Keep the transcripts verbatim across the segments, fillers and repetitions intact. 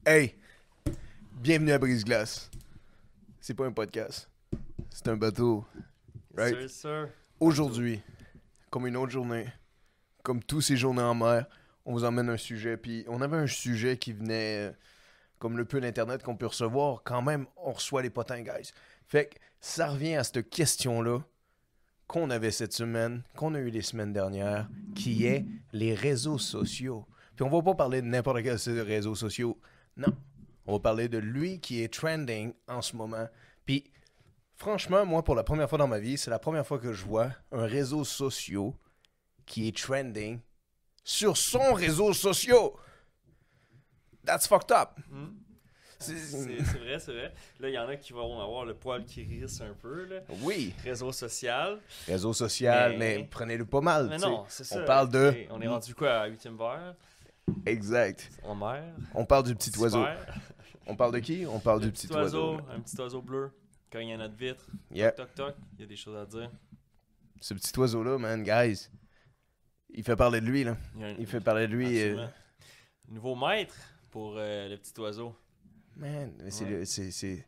Hey, bienvenue à Brise-Glace. C'est pas un podcast, c'est un bateau. Right? Yes, sir. Aujourd'hui, comme une autre journée, comme tous ces journées en mer, on vous emmène un sujet. Puis on avait un sujet qui venait, euh, comme le peu d'internet qu'on peut recevoir, quand même, on reçoit les potins, guys. Fait que ça revient à cette question-là qu'on avait cette semaine, qu'on a eu les semaines dernières, qui est les réseaux sociaux. Puis on va pas parler de n'importe quel site de réseaux sociaux. Non. On va parler de lui qui est trending en ce moment. Puis, franchement, moi, pour la première fois dans ma vie, c'est la première fois que je vois un réseau social qui est trending sur son réseau social. That's fucked up. Hmm. C'est- C'est c'est vrai, c'est vrai. Là, il y en a qui vont avoir le poil qui risse un peu. Là. Oui, Réseau social. réseau social, mais, Mais- prenez-le pas mal. Mais tu sais. non, c'est ça. On parle de... Ok, On est rendu quoi à huitième verre Exact. en mer. On parle du petit Super. oiseau. On parle de qui? On parle Le du petit, oiseau. Un petit oiseau bleu. Cogne à notre vitre. Yeah. Toc, toc. Il y a des choses à dire. Ce petit oiseau-là, man, guys, il fait parler de lui, là. Il, y a un- Il fait parler de lui. euh, Absolument. Nouveau maître pour euh, le petit oiseau. Man, mais c'est Ouais. le- c'est c'est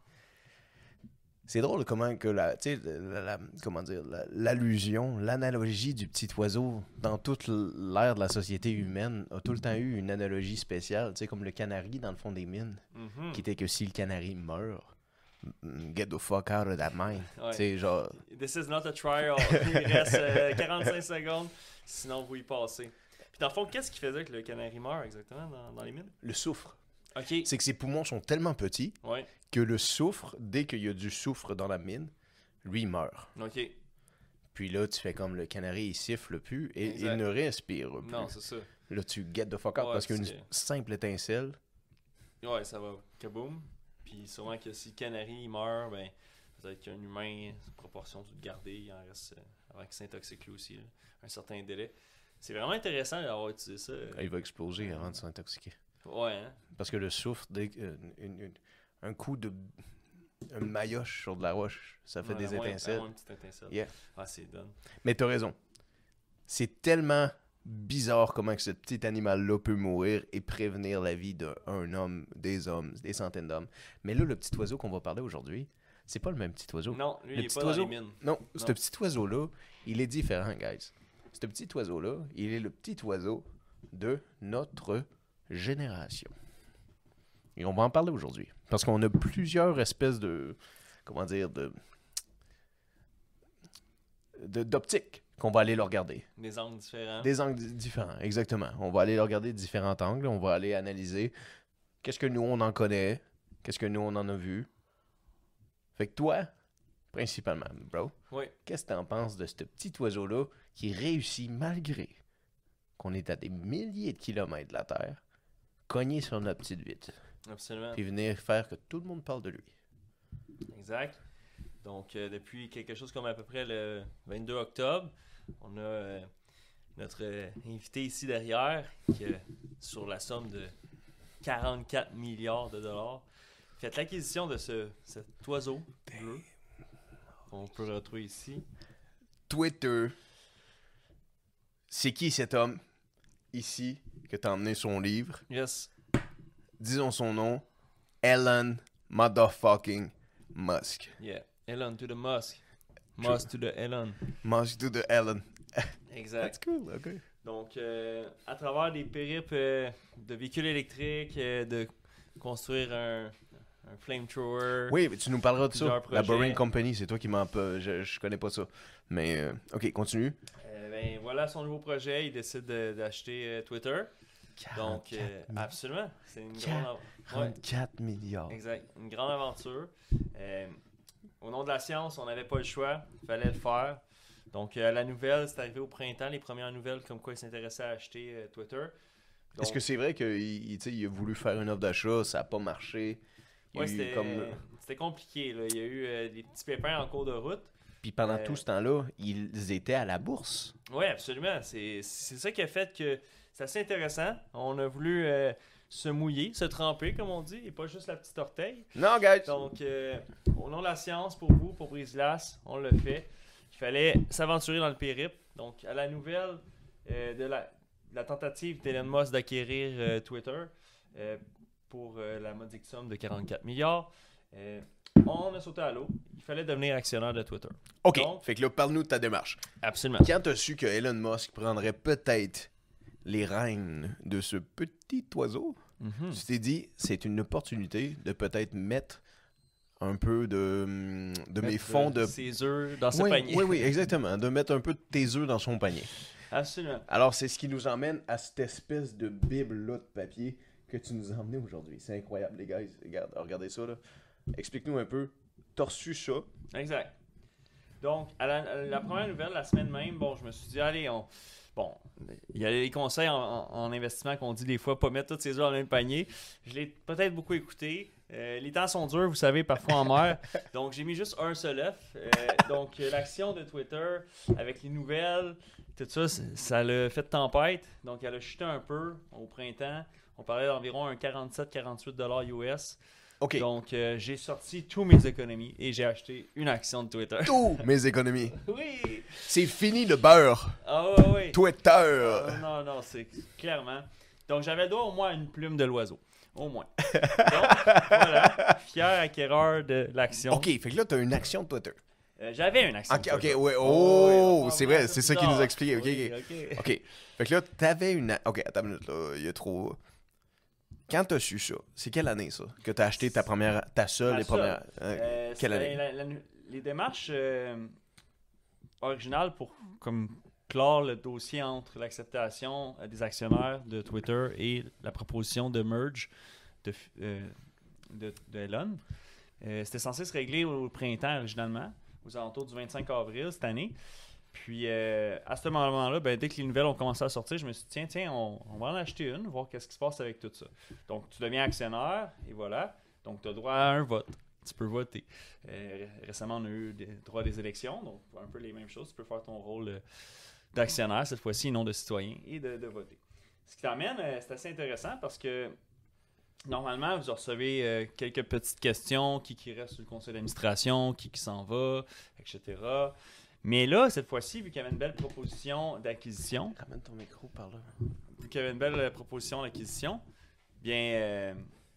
c'est drôle comment que la tu sais la, la- comment dire la- l'allusion, l'analogie du petit oiseau dans toute l'ère de la société humaine a tout le temps eu une analogie spéciale, tu sais comme le canari dans le fond des mines, Mhm. qui était que si le canari meurt, mm, get the fuck out of that mine. Ouais. Tu sais genre This is not a trial. Il reste euh, quarante-cinq secondes. Sinon, vous y passez. Puis dans le fond, qu'est-ce qui faisait que le canari meurt exactement dans, dans les mines? le soufre. Ok. C'est que ses poumons sont tellement petits Ouais. que le soufre, dès qu'il y a du soufre dans la mine, lui il meurt. Ok. Puis là, tu fais comme le canari, il siffle plus et Exact. il ne respire plus. Non, c'est ça. Là, tu get the fuck out Ouais, parce qu'une parce que- simple étincelle. Ouais, ça va. Kaboom. Puis sûrement que si le canari il meurt, ben peut-être qu'un humain, proportion de le garder, il en reste euh, avant qu'il s'intoxique lui aussi. Là, un certain délai. C'est vraiment intéressant d'avoir utilisé ça. euh. Il va exploser avant de s'intoxiquer. Ouais, hein? Parce que le soufre, dès que- une- une- une- un coup de. Un maillotche sur de la roche, ça fait Ouais, des à moins- étincelles. à moins une petite étincelle. Yeah. Ah, c'est done. Mais t'as raison. C'est tellement bizarre comment que ce petit animal-là peut mourir et prévenir la vie d'un homme, des hommes, des centaines d'hommes. Mais là, le petit oiseau qu'on va parler aujourd'hui, c'est pas le même petit oiseau. Non, lui, Le il est petit pas dans oiseau- les mines. Non, ce Non. petit oiseau-là, il est différent, guys. Ce petit oiseau-là, il est le petit oiseau de notre génération. Et on va en parler aujourd'hui. Parce qu'on a plusieurs espèces de... Comment dire? De... de- d'optiques qu'on va aller le regarder. Des angles différents. Des angles di- différents, exactement. On va aller le regarder de différents angles. On va aller analyser qu'est-ce que nous, on en connaît. Qu'est-ce que nous, on en a vu. Fait que toi, principalement, bro, Oui. qu'est-ce que t'en penses de ce petit oiseau-là qui réussit malgré qu'on est à des milliers de kilomètres de la Terre, cogner sur notre petite vitre, Absolument. puis venir faire que tout le monde parle de lui. Exact. Donc, euh, depuis quelque chose comme à peu près le vingt-deux octobre, on a euh, notre euh, invité ici derrière qui a, sur la somme de quarante-quatre milliards de dollars, fait l'acquisition de ce, cet oiseau bleu qu'on peut retrouver ici. Twitter, c'est qui cet homme ici que t'as emmené son livre? Yes. Disons son nom, Elon Motherfucking Musk. Yeah. Elon to the Musk. Musk to the Elon. Musk to the Elon. That's Exact. cool, ok. Donc, euh, à travers des périples euh, de véhicules électriques, euh, de construire un, un flamethrower. Oui, mais tu nous parleras de ça. Plusieurs La projets. Boring Company, c'est toi qui m'en... pe- Je, je connais pas ça. Mais, euh, ok, continue. Euh, ben, voilà son nouveau projet. Il décide de- d'acheter euh, Twitter. Donc, euh, absolument. C'est une Quarante- grande, av- ouais, trente-quatre milliards. exact. Une grande aventure. Euh, au nom de la science, on n'avait pas le choix. Il fallait le faire. Donc, euh, la nouvelle, c'est arrivé au printemps, les premières nouvelles comme quoi il s'intéressait à acheter euh, Twitter. Est-ce Donc, que c'est vrai qu'il il, tu sais, il a voulu faire une offre d'achat, ça n'a pas marché? Il y a ouais, eu c'était comme... c'était compliqué. Là. Il y a eu euh, des petits pépins en cours de route. Puis pendant euh, tout ce temps-là, ils étaient à la bourse. Oui, absolument. C'est c'est ça qui a fait que c'est assez intéressant. On a voulu euh, se mouiller, se tremper, comme on dit, et pas juste la petite orteil. Non, guys! Donc, euh, au nom de la science, pour vous, pour Brise-Glace, on l'a fait. Il fallait s'aventurer dans le périple. Donc, à la nouvelle euh, de, la, de la tentative d'Elon Musk d'acquérir euh, Twitter, euh, pour euh, la modique somme de quarante-quatre milliards. Euh, on a sauté à l'eau. Il fallait devenir actionnaire de Twitter. OK. Donc, fait que là, parle-nous de ta démarche. absolument. Quand tu as su que Elon Musk prendrait peut-être les rênes de ce petit oiseau, Mhm. tu t'es dit, c'est une opportunité de peut-être mettre un peu de, de mes Mettre, fonds euh, de... ses œufs dans ce oui, panier. oui, oui, exactement. De mettre un peu de tes œufs dans son panier. Absolument. Alors, c'est ce qui nous emmène à cette espèce de bible-là de papier que tu nous as emmené aujourd'hui. C'est incroyable, les gars. Regarde, regardez ça, là. Explique-nous un peu. T'as reçu ça. Exact. Donc, à la, à la première nouvelle, la semaine même, bon, je me suis dit, allez, on... Bon, il y a les conseils en, en- en investissement qu'on dit des fois, pas mettre tous ses œufs dans le même panier. Je l'ai peut-être beaucoup écouté. Euh, les temps sont durs, vous savez, parfois en mer. Donc, j'ai mis juste un seul œuf. Euh, donc, euh, l'action de Twitter, avec les nouvelles, tout ça, c- ça l'a fait tempête. Donc, elle a chuté un peu au printemps. On parlait d'environ un quarante-sept à quarante-huit dollars U S. OK. Donc, euh, j'ai sorti tous mes économies et j'ai acheté une action de Twitter. Tous mes économies. Oui! C'est fini le beurre. Ah ouais, ouais. Twitter. Ah, non, non, c'est clairement. Donc, j'avais le droit au moins à une plume de l'oiseau. Au moins. Donc, voilà. Fier acquéreur de l'action. OK, fait que là, t'as une action de Twitter. Euh, j'avais une action. OK, de OK, Twitter. ouais. Oh, Oh, oui, c'est on va vrai, voir c'est plus ça qu'il nous tard. a expliqué. OK, Oui, OK. OK. OK. Fait que là, t'avais une... a- OK, attends une minute, là. Il y a trop... Quand t'as su ça, c'est quelle année, ça? Que t'as acheté ta première... Ta seule Ma et seule. première... euh, Euh, quelle c'était année? la- la- les démarches euh, originales pour comme clore le dossier entre l'acceptation euh, des actionnaires de Twitter et la proposition de merge de, euh, de, de Elon. Euh, c'était censé se régler au printemps originalement, aux alentours du vingt-cinq avril cette année. Puis euh, à ce moment-là, ben, dès que les nouvelles ont commencé à sortir, je me suis dit, tiens, tiens, on, on va en acheter une, voir qu'est-ce qui se passe avec tout ça. Donc, tu deviens actionnaire, et voilà. Donc, tu as droit à un vote. Tu peux voter. Euh, récemment, on a eu des droit des élections, donc un peu les mêmes choses. Tu peux faire ton rôle euh, d'actionnaire, cette fois-ci, non de citoyen, et de, de voter. Ce qui t'amène, euh, c'est assez intéressant parce que normalement, vous recevez euh, quelques petites questions, qui, qui reste sur le conseil d'administration, qui, qui s'en va, et cetera. Mais là, cette fois-ci, vu qu'il y avait une belle proposition d'acquisition, Ramène ton micro par là. vu qu'il y avait une belle euh, proposition d'acquisition, bien, euh,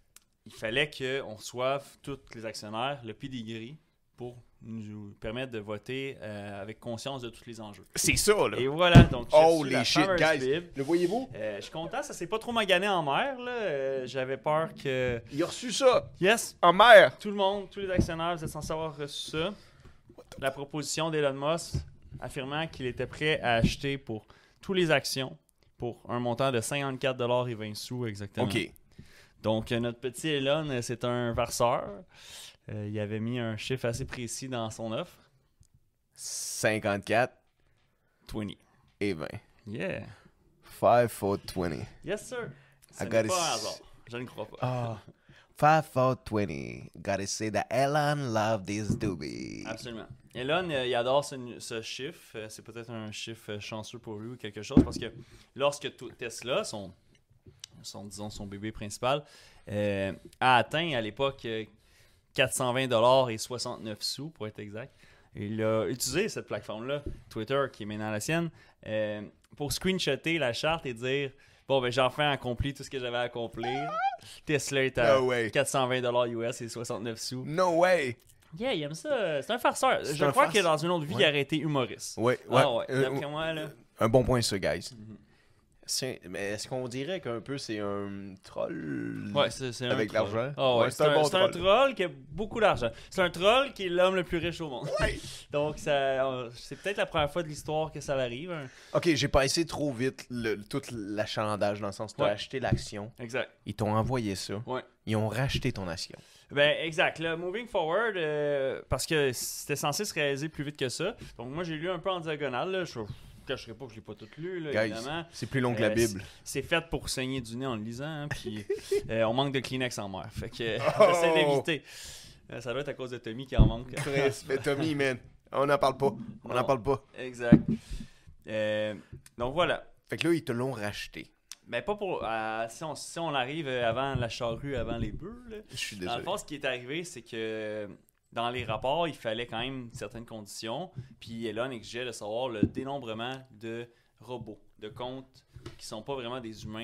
il fallait qu'on reçoive tous les actionnaires le pedigree pour nous permettre de voter euh, avec conscience de tous les enjeux. C'est ça, là. Et voilà, donc j'ai Oh, reçu les la shit, fameuse guys. Bible. Le voyez-vous? Euh, je suis content, ça s'est pas trop magané en mer. là. Euh, J'avais peur que... Il a reçu ça Yes, en mer. tout le monde, tous les actionnaires, vous êtes censés avoir reçu ça. La proposition d'Elon Musk affirmant qu'il était prêt à acheter pour tous les actions pour un montant de cinquante-quatre dollars et vingt sous exactement. OK. Donc, euh, notre petit Elon, euh, c'est un farceur. Euh, il avait mis un chiffre assez précis dans son offre. cinquante-quatre vingt. et vingt. Yeah. five, four, vingt. Yes, sir. Ce I n'est gotta pas un s- hasard. Je ne crois pas. Ah. five, four, vingt. Gotta say that Elon love this doobie. Absolument. Elon, euh, il adore ce, ce chiffre. Euh, c'est peut-être un chiffre euh, chanceux pour lui ou quelque chose parce que lorsque tout- Tesla, son, son, disons, son bébé principal, euh, a atteint à l'époque euh, quatre cent vingt dollars et soixante-neuf sous pour être exact, il a utilisé cette plateforme-là, Twitter, qui est maintenant la sienne, euh, pour screenshotter la charte et dire bon, ben j'ai enfin accompli tout ce que j'avais à accomplir. Tesla est à No way. quatre cent vingt dollars U S et soixante-neuf sous. No way. Yeah, il aime ça. C'est un farceur. C'est Je un crois farce. que dans une autre vie, Ouais. il aurait été humoriste. Ouais, ouais. Ah ouais. Euh, D'après moi, là. un bon point, ça, guys. Mhm. C'est- Mais est-ce qu'on dirait qu'un peu c'est un troll Ouais, c'est c'est un avec troll. l'argent? Ah ouais, Ouais, c'est un, c'est un troll qui a beaucoup d'argent. C'est un troll qui est l'homme le plus riche au monde. Donc, ça, euh, c'est peut-être la première fois de l'histoire que ça l'arrive. hein. Ok, j'ai passé trop vite le, tout l'achalandage dans le sens que tu as Ouais. acheté l'action, Exact. ils t'ont envoyé ça, Ouais. ils ont racheté ton action. Ben, exact. Là, moving forward, euh, parce que c'était censé se réaliser plus vite que ça. Donc, moi, j'ai lu un peu en diagonale. Là. Je ne cacherai pas que je l'ai pas tout lu, là, Guys, évidemment. c'est plus long que la Euh, Bible. C'est fait pour saigner du nez en le lisant. hein, puis euh, on manque de Kleenex en mer. Fait que euh, Oh! j'essaie d'éviter. Euh, ça doit être à cause de Tommy qui en manque. Chris, mais Tommy, man, on n'en parle pas. On Non. n'en parle pas. Exact. Euh, donc voilà. Fait que là, ils te l'ont racheté. Mais pas pour. euh, si, on, si on arrive avant la charrue, avant les bœufs, là. Je suis Dans le désolé. fond, ce qui est arrivé, c'est que dans les rapports, il fallait quand même certaines conditions. Puis Elon exigeait de savoir le dénombrement de robots, de comptes qui sont pas vraiment des humains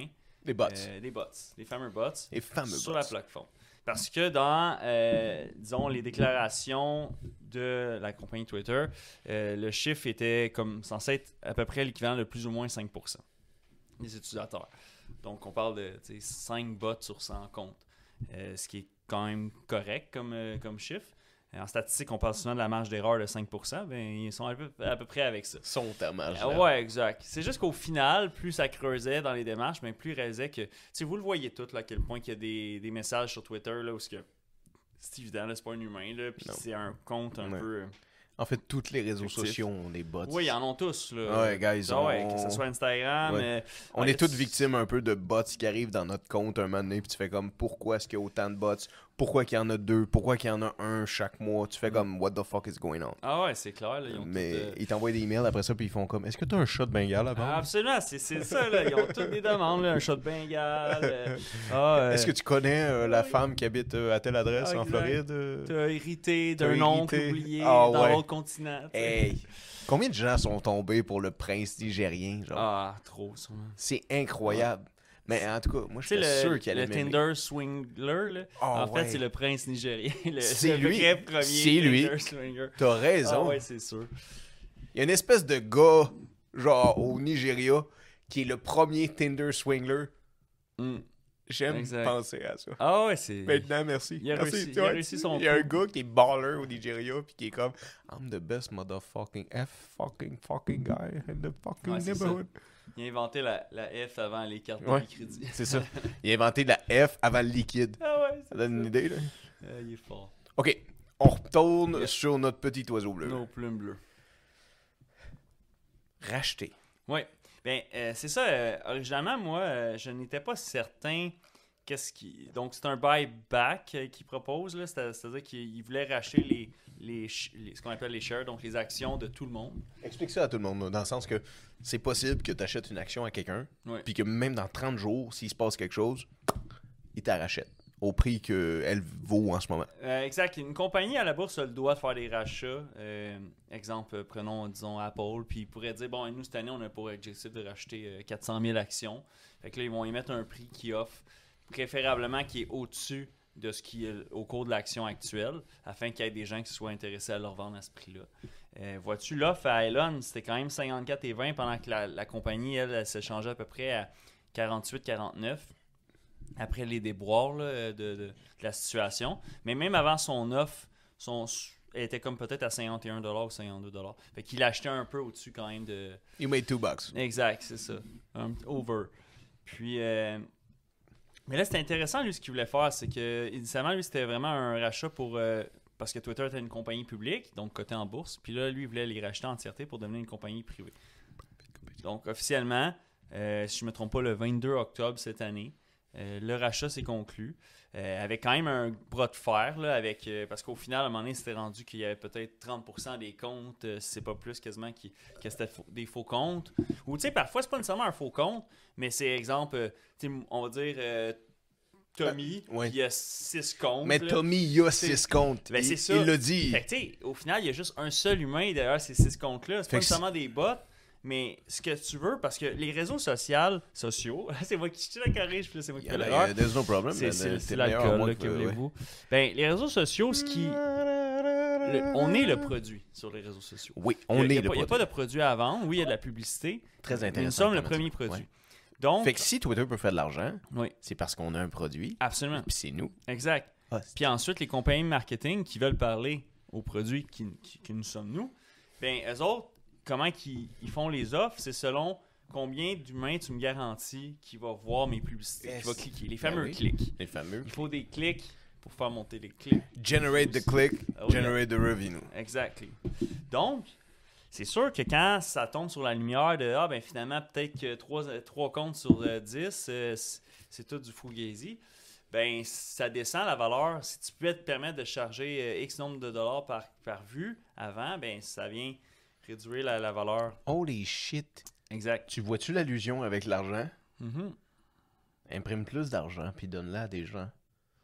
Les bots. Euh, les bots. Les fameux bots. Les fameux sur bots. la plateforme. Parce que dans, euh, disons, les déclarations de la compagnie Twitter, euh, le chiffre était comme censé être à peu près l'équivalent de plus ou moins cinq pour cent des utilisateurs. Donc, on parle de cinq bots sur cent comptes, euh, ce qui est quand même correct comme, euh, comme chiffre. En statistique, on parle souvent de la marge d'erreur de cinq pour cent. Ben, ils sont à peu, à peu près avec ça. Sont ta marge. Euh, ouais, exact. C'est juste qu'au final, plus ça creusait dans les démarches, ben, plus il réalisait que... Vous le voyez tout, là, à quel point il y a des, des messages sur Twitter là, où c'est, que, c'est évident, là, c'est pas un humain, là, puis c'est un compte un ouais. peu... Euh, En fait, tous les réseaux fictif. sociaux ont des bots. Oui, ils en ont tous. Là. Ouais, guys. Ah, ouais, on... que ce soit Instagram... Ouais. Euh, on ouais, est toutes victimes un peu de bots qui arrivent dans notre compte un moment donné, puis tu fais comme, pourquoi est-ce qu'il y a autant de bots? Pourquoi qu'il y en a deux? Pourquoi qu'il y en a un chaque mois? Tu fais comme, what the fuck is going on? Ah ouais, c'est clair. Là, ils ont Mais tout, euh... ils t'envoient des emails après ça, puis ils font comme, est-ce que t'as un chat de Bengale là-bas? Ah, absolument, c'est, c'est ça. Là. Ils ont toutes des demandes. Là. Un chat de Bengale. Euh... Ah, euh... Est-ce que tu connais euh, la femme qui habite euh, à telle adresse ah, en exact. Floride? Euh... T'as hérité d'un T'as oncle hérité. oublié Ah, dans ouais. l'autre continent. T'sais. Hey! Combien de gens sont tombés pour le prince nigérien? Genre? Ah, trop, sûrement. C'est incroyable. Mais en tout cas, moi, je Tu sais, suis le, sûr qu'il le allait m'aimer. Tinder Swingler, là, Oh, en ouais. fait, c'est le prince nigérien. Le, C'est le lui. vrai premier C'est lui. Tinder Swinger. T'as Ah raison. ouais, c'est sûr. Il y a une espèce de gars, genre, au Nigeria, qui est le premier Tinder swingler. Mm. J'aime Exact. penser à ça. Ah ouais, c'est... Maintenant, merci. Il a Merci, réussi- tu il a vois, réussi son Il y a un coup. gars qui est baller au Nigeria, puis qui est comme, I'm the best motherfucking F fucking fucking guy in the fucking Ouais, c'est neighborhood. Il a inventé la, la F avant les cartes Ouais. de crédit. C'est ça. Il a inventé la F avant le liquide. Ah ouais, c'est Ça donne une ça. idée, là? Euh, il est fort. Ok, on retourne Yeah. sur notre petit oiseau bleu. Nos plumes bleues. Racheter. Oui. Ben, euh, c'est ça. Euh, originalement, moi, euh, je n'étais pas certain qu'est-ce qui. Donc, c'est un buyback euh, qu'il propose. Là. C'est- C'est-à-dire qu'il voulait racheter les, les, sh- les- ce qu'on appelle les shares, donc les actions de tout le monde. Explique ça à tout le monde, là, dans le sens que c'est possible que tu achètes une action à quelqu'un, Ouais. puis que même dans trente jours, s'il se passe quelque chose, il t'en rachète au prix qu'elle vaut en ce moment. Euh, exact. Une compagnie à la bourse a le droit de faire des rachats. Euh, exemple, prenons, disons, Apple, puis ils pourraient dire, bon, nous, cette année, on a pour objectif de racheter euh, quatre cent mille actions. Fait que là, ils vont y mettre un prix qui offre, préférablement qui est au-dessus de ce qui est au cours de l'action actuelle, afin qu'il y ait des gens qui soient intéressés à leur vendre à ce prix-là. Euh, vois-tu, l'offre à Elon, c'était quand même cinquante-quatre et vingt, pendant que la, la compagnie, elle, elle s'échangeait à peu près à quarante-huit quarante-neuf. Après les déboires là, de, de, de la situation. Mais même avant son offre, son, elle était comme peut-être à cinquante et un dollars ou cinquante-deux dollars. Fait qu'il achetait un peu au-dessus quand même de... You made two bucks. Exact, c'est ça. Un, over. Puis... Euh... Mais là, c'était intéressant, lui, ce qu'il voulait faire. C'est que, initialement, lui, c'était vraiment un rachat pour... Euh... Parce que Twitter était une compagnie publique, donc cotée en bourse. Puis là, lui, il voulait les racheter en entièreté pour devenir une compagnie privée. Donc, officiellement, euh, si je ne me trompe pas, le vingt-deux octobre cette année, Euh, le rachat s'est conclu euh, avec quand même un bras de fer là, avec, euh, parce qu'au final à un moment donné c'était rendu qu'il y avait peut-être trente pour cent des comptes euh, si c'est pas plus quasiment qui, que c'était faux, des faux comptes ou tu sais parfois c'est pas nécessairement un faux compte mais c'est exemple euh, tu sais, on va dire euh, Tommy Euh, ouais. il y a six comptes Mais là. Tommy, il a C'est- six comptes. Ben, il, c'est ça. il l'a dit. Fait que, tu sais, au final il y a juste un seul humain derrière ces six comptes là c'est Fait pas que nécessairement des bots. Mais ce que tu veux, parce que les réseaux sociaux, sociaux, c'est moi qui je te la corrige, puis là, c'est moi qui fais l'erreur. There's no problem. C'est, man. c'est, T'es c'est meilleur à l'alcool, moi là, que- que ouais. voulez-vous. Ben, les réseaux sociaux, ce qui. le- on est le produit sur les réseaux sociaux. Oui, Il on n'y est a, le pas- il y a produit. pas de produit à vendre. Oui, il y a de la publicité. Très Mais intéressant. nous sommes le comme premier ça. produit. Ouais. Donc, Fait que si Twitter peut faire de l'argent, oui, c'est parce qu'on a un produit, absolument. puis c'est nous. Exact. Ah, c'est- Puis ensuite, les compagnies marketing qui veulent parler aux produits qui, qui- que nous sommes nous, ben eux autres, comment qu'ils ils font les offres, c'est selon combien d'humains tu me garantis qui va voir mes publicités, Yes. qui va cliquer. Les Ben fameux oui. clics. Les fameux. Il faut des clics pour faire monter les clics. Generate the click, Ah oui. generate the revenue. Exactly. Donc, c'est sûr que quand ça tombe sur la lumière de ah ben finalement peut-être que trois comptes sur euh, dix, euh, c'est- c'est tout du fugazi, ben ça descend la valeur. Si tu peux te permettre de charger euh, X nombre de dollars par, par vue avant, ben ça vient réduire la, la valeur. Holy shit. Exact. Tu vois-tu l'allusion avec l'argent? Mhm. Imprime plus d'argent, puis donne-la à des gens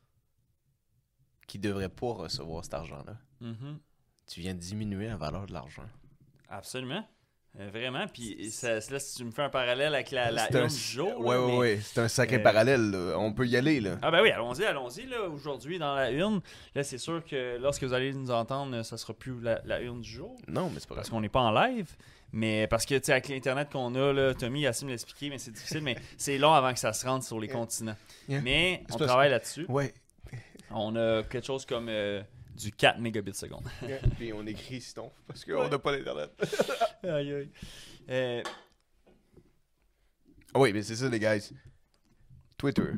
qui devraient pas recevoir cet argent-là. Mhm. Tu viens de diminuer la valeur de l'argent. Absolument. Euh, vraiment, puis ça, là, si tu me fais un parallèle avec la, la C'est un... une du jour. Ouais, là, ouais, mais... ouais. C'est un sacré euh... parallèle, là. On peut y aller, là. Ah ben oui, allons-y, allons-y, là, aujourd'hui, dans la une. Là, c'est sûr que lorsque vous allez nous entendre, ça sera plus la, la une du jour. Non, mais c'est pas grave. Parce qu'on n'est pas en live. Mais parce que, tu sais, avec l'Internet qu'on a, là, Tommy, il a assez me l'expliquer, mais c'est difficile, mais c'est long avant que ça se rende sur les Yeah. continents. Yeah. Mais C'est on parce- travaille là-dessus. Ouais. On a quelque chose comme euh, du quatre mégabits seconde. Yeah. Puis on écrit sinon, parce qu'on n'a pas d'internet. Aïe, aïe. Euh, Ah oui, mais c'est ça, les guys. Twitter.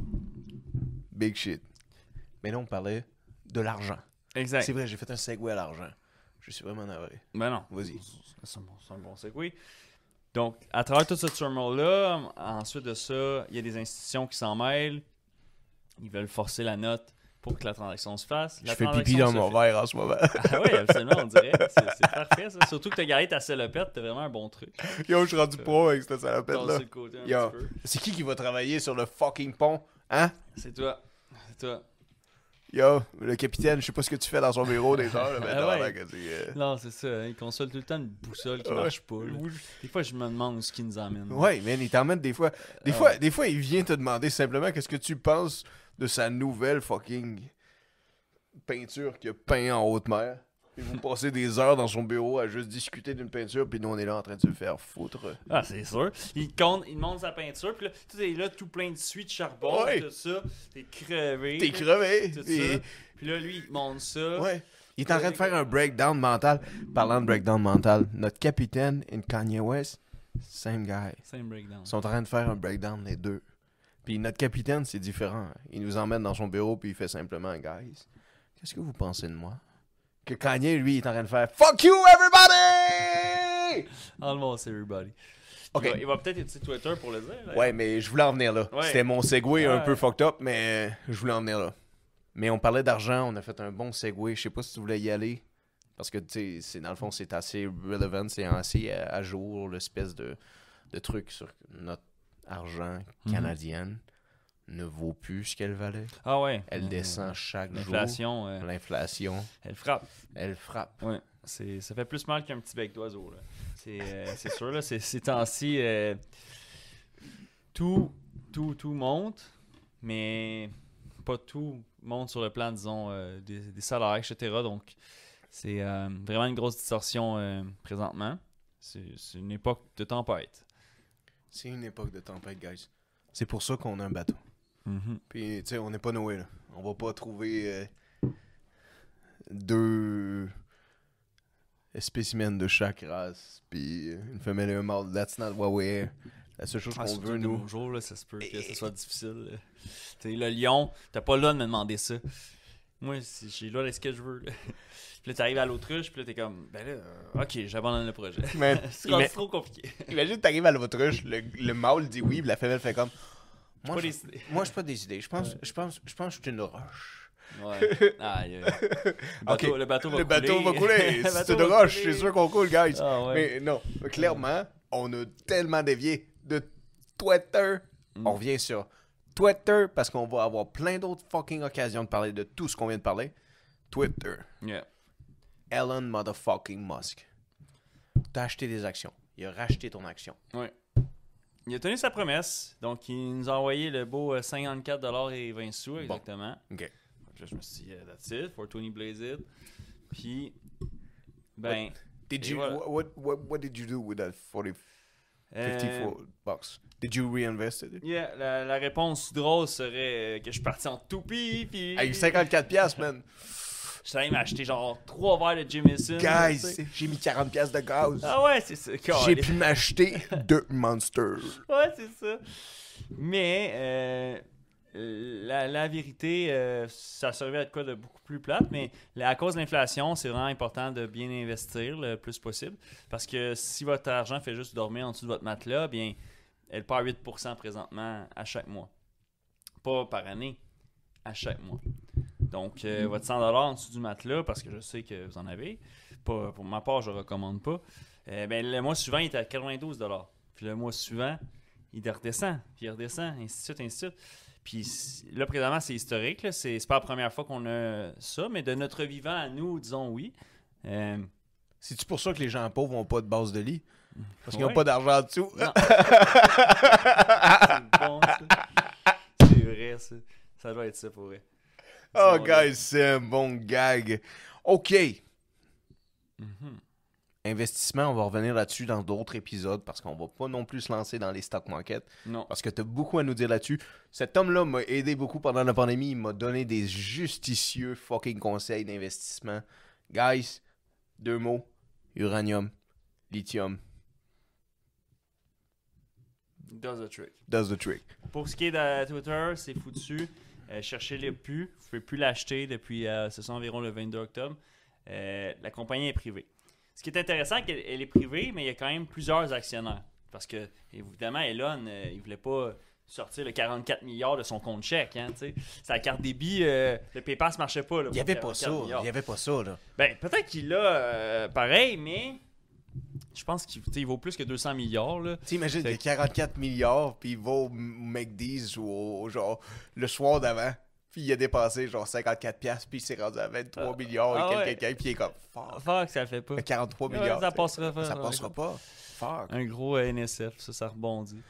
Big shit. Mais là, on parlait de l'argent. exact. C'est vrai, j'ai fait un segue à l'argent. Je suis vraiment navré. Ben non. Vas-y. C'est un bon, c'est un bon segue. Donc, à travers tout ce turmoil-là, ensuite de ça, il y a des institutions qui s'en mêlent. Ils veulent forcer la note pour que la transaction se fasse. La Je fais pipi transaction dans se mon fait. verre en ce moment. Ah oui, absolument, on dirait. C'est, c'est parfait, ça. Surtout que tu as gardé ta salopette, t'as vraiment un bon truc. Yo, je suis rendu pro avec cette salopette Tasser là. le côté un Yo. petit peu. C'est qui qui va travailler sur le fucking pont? Hein? C'est toi. C'est toi. Yo, le capitaine, je sais pas ce que tu fais dans son bureau des heures, là, mais Ah non, ouais. là, que c'est, euh, Non, c'est ça. hein, Il console tout le temps une boussole qui Ouais. marche pas. là. Des fois, je me demande où ce qui nous emmène. Ouais, man, il t'emmène des fois. Des, Ah fois, ouais. des fois, il vient te demander simplement qu'est-ce que tu penses de sa nouvelle fucking peinture qu'il a peint en haute mer. Et vous passez des heures dans son bureau à juste discuter d'une peinture, puis nous, on est là en train de se le faire foutre. Ah, c'est sûr. Il compte, il monte sa peinture, puis là, tout est là, tout plein de suie de charbon, Ouais. tout ça. T'es crevé. T'es là, crevé. Tout puis- ça. Puis là, lui, il te montre ça. Ouais. Il est en train de faire un breakdown mental. Parlant de breakdown mental, notre capitaine et Kanye West, same guy. Same breakdown. Ils sont en train de faire un breakdown, les deux. Puis notre capitaine, c'est différent. Il nous emmène dans son bureau, puis il fait simplement, guys, qu'est-ce que vous pensez de moi? Que Kanye, lui, il est en train de faire fuck you, everybody! Almost everybody. Ok. Il va, il va peut-être utiliser Twitter pour le dire. là. Ouais, mais je voulais en venir là. Ouais. C'était mon segway un Ouais. peu fucked up, mais je voulais en venir là. Mais on parlait d'argent, on a fait un bon segway. Je sais pas si tu voulais y aller. Parce que, tu sais, c'est- dans le fond, c'est assez relevant, c'est assez à, à jour, l'espèce de, de truc sur notre argent Mhm. canadien ne vaut plus ce qu'elle valait. Ah ouais. Elle Euh, descend chaque jour. L'inflation, euh, L'inflation, elle frappe. elle frappe. Ouais. C'est, ça fait plus mal qu'un petit bec d'oiseau. Là. C'est, euh, c'est sûr, là, c'est, ces temps-ci, euh, tout, tout, tout monte, mais pas tout monte sur le plan, disons, euh, des, des salaires, et cetera. Donc, c'est euh, vraiment une grosse distorsion euh, présentement. C'est, c'est une époque de tempête. C'est une époque de tempête, guys. C'est pour ça qu'on a un bateau. Mhm. Puis, tu sais, on n'est pas Noé, là. On va pas trouver euh, deux spécimens de chaque race, puis euh, une femelle et un mâle. That's not what we're here. La seule chose Ah, qu'on surtout veut, de nous... nos jours, là, ça se peut que ce soit difficile. là. T'sais, le lion, t'as pas le droit de me demander ça. Moi, si j'ai là ce que je veux. Là. Puis là, t'arrives à l'autruche, puis là, t'es comme, ben là, euh, ok, j'abandonne le projet. Man, C'est rendu ima- trop compliqué. imagine, t'arrives à l'autruche, le, le mâle dit oui, puis la femelle fait comme... Moi, Pas je, décidé. moi, je suis pas décidé. Je pense, Ouais. je pense, je pense que je suis une roche. Ouais. Aïe, aïe. Le bateau, Ok, le bateau va Le couler. bateau va couler. Le Si bateau c'est une va roche, couler. c'est sûr qu'on coule, guys. Ah, ouais. Mais non, clairement, on a tellement dévié de Twitter. Mm. On revient sur Twitter parce qu'on va avoir plein d'autres fucking occasions de parler de tout ce qu'on vient de parler. Twitter. Yeah. Elon motherfucking Musk. T'as acheté des actions. Il a racheté ton action. Ouais. Il a tenu sa promesse. Donc, il nous a envoyé le beau euh, cinquante-quatre dollars et vingt sous, exactement. OK. Donc là, je me suis dit, euh, that's it, four twenty blaze it. Puis, ben, Did Et you voilà. what, what what did you do with that forty euh, fifty-four bucks? Did you reinvest it? yeah, la, la réponse drôle serait euh, que je suis parti en toupie, puis Avec cinquante-quatre piastres, man. je suis allé m'acheter genre trois verres de Jameson. là, tu Guys, sais. j'ai mis quarante piastres de gaz. Ah ouais, c'est ça. J'ai Caliste. pu m'acheter deux Monster. Ouais, c'est ça. Mais euh, la, la vérité, euh, ça servait à de quoi de beaucoup plus plate, mais la- à cause de l'inflation, c'est vraiment important de bien investir le plus possible. Parce que si votre argent fait juste dormir en dessous de votre matelas, bien, elle perd huit pour cent présentement à chaque mois. Pas par année, à chaque mois. Donc, euh, votre cent dollars en dessous du matelas, parce que je sais que vous en avez, pas, pour ma part, je ne recommande pas, euh, ben, le mois suivant, il était à quatre-vingt-douze dollars. Puis le mois suivant, il redescend, puis il redescend, ainsi de suite, ainsi de suite. Puis c- là, présentement, c'est historique. Là. C'est, c'est pas la première fois qu'on a ça, mais de notre vivant à nous, disons oui. Euh, C'est-tu pour ça que les gens pauvres n'ont pas de base de lit? Parce qu'ils n'ont Ouais. pas d'argent en dessous? Non. C'est bon, ça. C'est vrai, ça. Ça doit être ça pour vrai. Oh, Disons-le. guys, c'est un bon gag. OK. Mhm. Investissement, on va revenir là-dessus dans d'autres épisodes parce qu'on va pas non plus se lancer dans les stock markets Non. parce que tu as beaucoup à nous dire là-dessus. Cet homme-là m'a aidé beaucoup pendant la pandémie. Il m'a donné des justicieux fucking conseils d'investissement. Guys, deux mots. Uranium, lithium, Does the trick. does the trick. Pour ce qui est de Twitter, c'est foutu. Euh, cherchez-le plus. Vous ne pouvez plus l'acheter depuis euh, ce sont environ le vingt-deux octobre. Euh, la compagnie est privée. Ce qui est intéressant, c'est qu'elle elle est privée, mais il y a quand même plusieurs actionnaires. Parce que, évidemment, Elon, euh, il ne voulait pas sortir le quarante-quatre milliards de son compte chèque. Hein, t'sais. Sa carte débit, euh, le PayPal ne marchait pas. Là, Il n'y avait pas pour ça. quarante-quatre milliards. Il n'y avait pas ça, là. Ben, peut-être qu'il l'a euh, pareil, mais je pense qu'il t'sais, il vaut plus que deux cents milliards. Là. Tu imagines, il y a Fait- quarante-quatre milliards, puis il va au McDee's ou au, genre, le soir d'avant, puis il a dépassé genre cinquante-quatre piastres, puis il s'est rendu à vingt-trois Ah. milliards Ah et ouais. quelqu'un, puis il est comme, fuck, Fuck, ça le fait pas. quarante-trois Ouais, milliards. ça t'sais. passera pas. Ça ouais. passera pas. Fuck. Un gros N S F, ça, ça rebondit.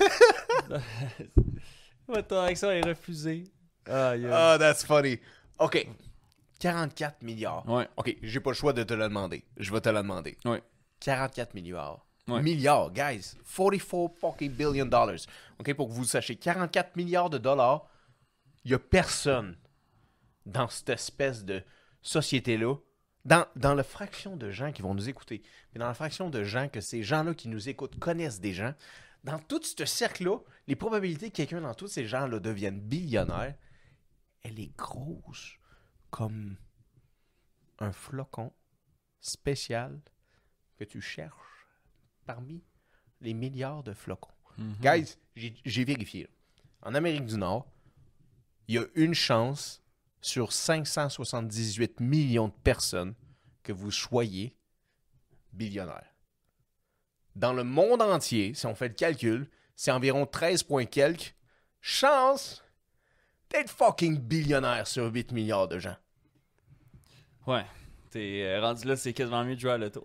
Votre avec ça est refusé. Ah, Ah, that's funny. OK. quarante-quatre milliards. Ouais. OK, j'ai pas le choix de te le demander. Je vais te le demander. Ouais. quarante-quatre milliards. Ouais. Milliards, guys. forty-four fucking billion dollars. OK, pour que vous sachiez, quarante-quatre milliards de dollars, il y a personne dans cette espèce de société-là, dans, dans la fraction de gens qui vont nous écouter, mais dans la fraction de gens que ces gens-là qui nous écoutent connaissent des gens, dans tout ce cercle-là, les probabilités que quelqu'un dans tous ces gens-là devienne billionnaire, elle est grosse comme un flocon spécial que tu cherches parmi les milliards de flocons. Mhm. Guys, j'ai j'ai vérifié. En Amérique du Nord, il y a une chance sur cinq cent soixante-dix-huit millions de personnes que vous soyez billionnaire. Dans le monde entier, si on fait le calcul, c'est environ treize points quelques chances d'être fucking billionnaire sur huit milliards de gens. Ouais. T'es euh, rendu là, c'est quasiment mieux de jouer à l'auto.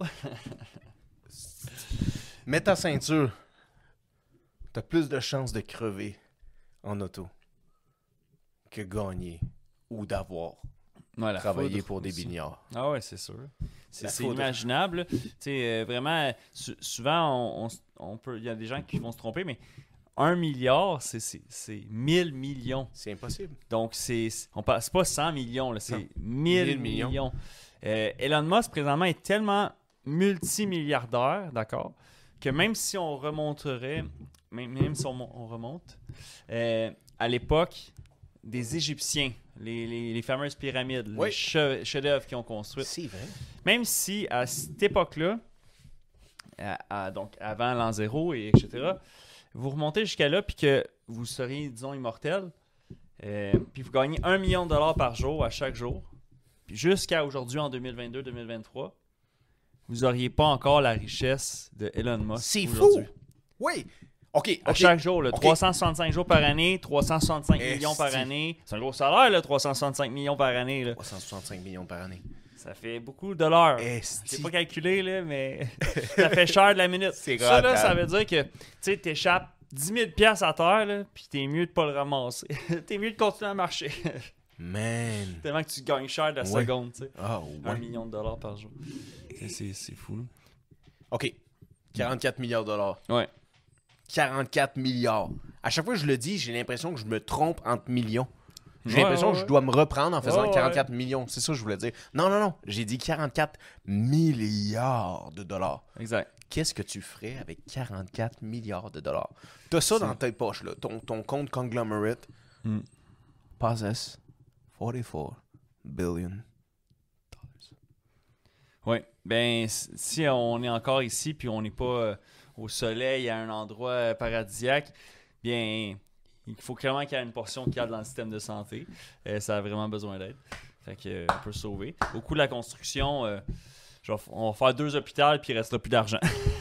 Mets ta ceinture. T'as plus de chances de crever en auto que gagner ou d'avoir Ouais, la travaillé foudre pour des aussi. milliards. Ah ouais, c'est sûr. C'est La c'est foudre. inimaginable. Tu sais, euh, vraiment, su- souvent, on, on s- on peut, il y a des gens qui vont se tromper, mais un milliard, c'est- c'est c'est mille millions. C'est impossible. Donc, c'est on parle- c'est pas cent millions, là, c'est Non. mille mille millions. millions. Euh, Elon Musk, présentement, est tellement multimilliardaire, d'accord, que même si on remonterait, même, même si on, mon- on remonte, euh, à l'époque des Égyptiens, les, les- les fameuses pyramides, Oui. les che- chefs-d'œuvre qu'ils ont construits, C'est vrai. même si à cette époque-là, à- à- donc avant l'an zéro, et etc., vous remontez jusqu'à là, puis que vous seriez, disons, immortel, euh, puis vous gagnez un million de dollars par jour à chaque jour, puis jusqu'à aujourd'hui, en deux mille vingt-deux deux mille vingt-trois, vous n'auriez pas encore la richesse de Elon Musk. C'est aujourd'hui. fou! Oui! OK, À OK. chaque jour, là, Ok. trois cent soixante-cinq jours par année, trois cent soixante-cinq Esti. millions par année. C'est un gros salaire, là, trois cent soixante-cinq millions par année. Là. trois cent soixante-cinq millions par année. Ça fait beaucoup de dollars. Esti. C'est pas calculé, là, mais ça fait cher de la minute. C'est Ça, là, rentable. ça veut dire que tu t'échappes dix mille piastres à terre, là, puis t'es mieux de pas le ramasser. T'es mieux de continuer à marcher. Man. Tellement que tu gagnes cher de la Ouais. seconde, tu sais. Ah, Un ouais. million de dollars par jour. C'est- C'est c'est fou, là. OK. quarante-quatre milliards de dollars. Ouais. quarante-quatre milliards. À chaque fois que je le dis, j'ai l'impression que je me trompe entre millions. J'ai Ouais, l'impression ouais, que je ouais. dois me reprendre en faisant Ouais, ouais. quarante-quatre millions. C'est ça que je voulais dire. Non, non, non. J'ai dit quarante-quatre milliards de dollars. Exact. Qu'est-ce que tu ferais avec quarante-quatre milliards de dollars? T'as ça dans ta poche, là. Ton, ton compte conglomerate Hmm. possess forty-four billion. Oui. Ben, s- si on est encore ici, puis on n'est pas euh, au soleil, à un endroit euh, paradisiaque, bien, il faut clairement qu'il y ait une portion qui cadre dans le système de santé. Euh, ça a vraiment besoin d'aide. Fait que, euh, on peut se sauver. Au coût de la construction, euh, genre, on va faire deux hôpitaux, puis il restera plus d'argent.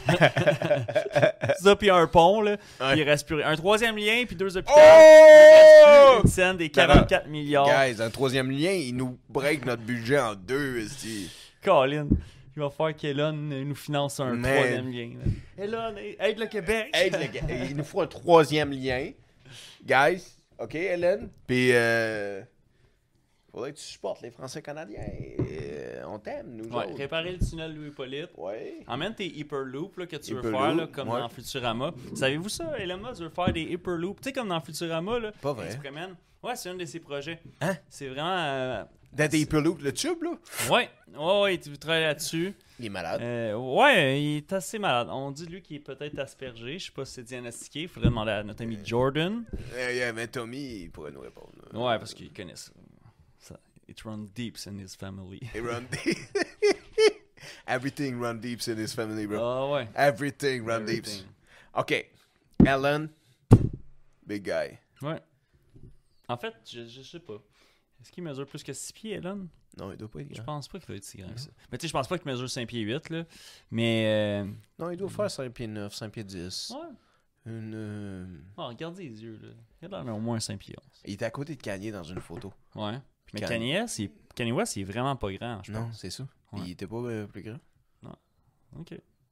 Ça, puis un pont, là, Ouais. puis il reste plus rien. Un troisième lien, puis deux hôpitaux. Oh! Il reste plus une scène des quarante-quatre milliards. Guys, un troisième lien, il nous break notre budget en deux. esti. Colin. il va faire qu'Elon nous finance un Man. troisième lien. là. Elon, aide le Québec! Aide le gars. Il nous faut un troisième lien. Guys, OK, Hélène? Puis, euh... faudrait que tu supportes les Français canadiens. Euh, on t'aime, nous Ouais, autres. réparer le tunnel Louis-Hippolyte. Ouais. Emmène tes Hyperloop là, que tu veux Hyperloop, faire, là, comme ouais. dans Futurama. Savez-vous ça? Elon Musk veut faire des Hyperloop. Tu sais, comme dans Futurama, là, Pas quand vrai. il se promène. Ouais, c'est un de ses projets. Hein? C'est vraiment... euh, Dans des Hyperloop, le tube, là? Ouais, ouais, ouais, tu travailles là-dessus. Il est malade. Euh, ouais, il est assez malade. On dit, lui, qu'il est peut-être aspergé. Je sais pas si c'est diagnostiqué. Il faudrait demander à notre ami Jordan. Euh, yeah, mais Tommy, il pourrait nous répondre. Ouais, parce qu'il connaît ça. ça. It runs deep in his family. He run deep. Everything run deep in his family, bro. Ah ouais. Everything run deep. Everything. OK. Alan, big guy. Ouais. En fait, je, je sais pas. Est-ce qu'il mesure plus que six pieds, Elon? Non, il doit pas être Je grand. pense pas qu'il doit être si grand que ça. Mais tu sais, je pense pas qu'il mesure cinq pieds huit, là. Mais. Euh... Non, il doit faire cinq pieds neuf, cinq pieds dix. Ouais. Une, euh, Oh, regardez les yeux, là. Il a l'air au moins cinq pieds onze. Il était à côté de Kanye dans une photo. Ouais. Mais Kanye- Kanye West, il... Kanye West, il est vraiment pas grand, je Non, pense. c'est ça. Ouais. Il était pas euh, plus grand. Ok.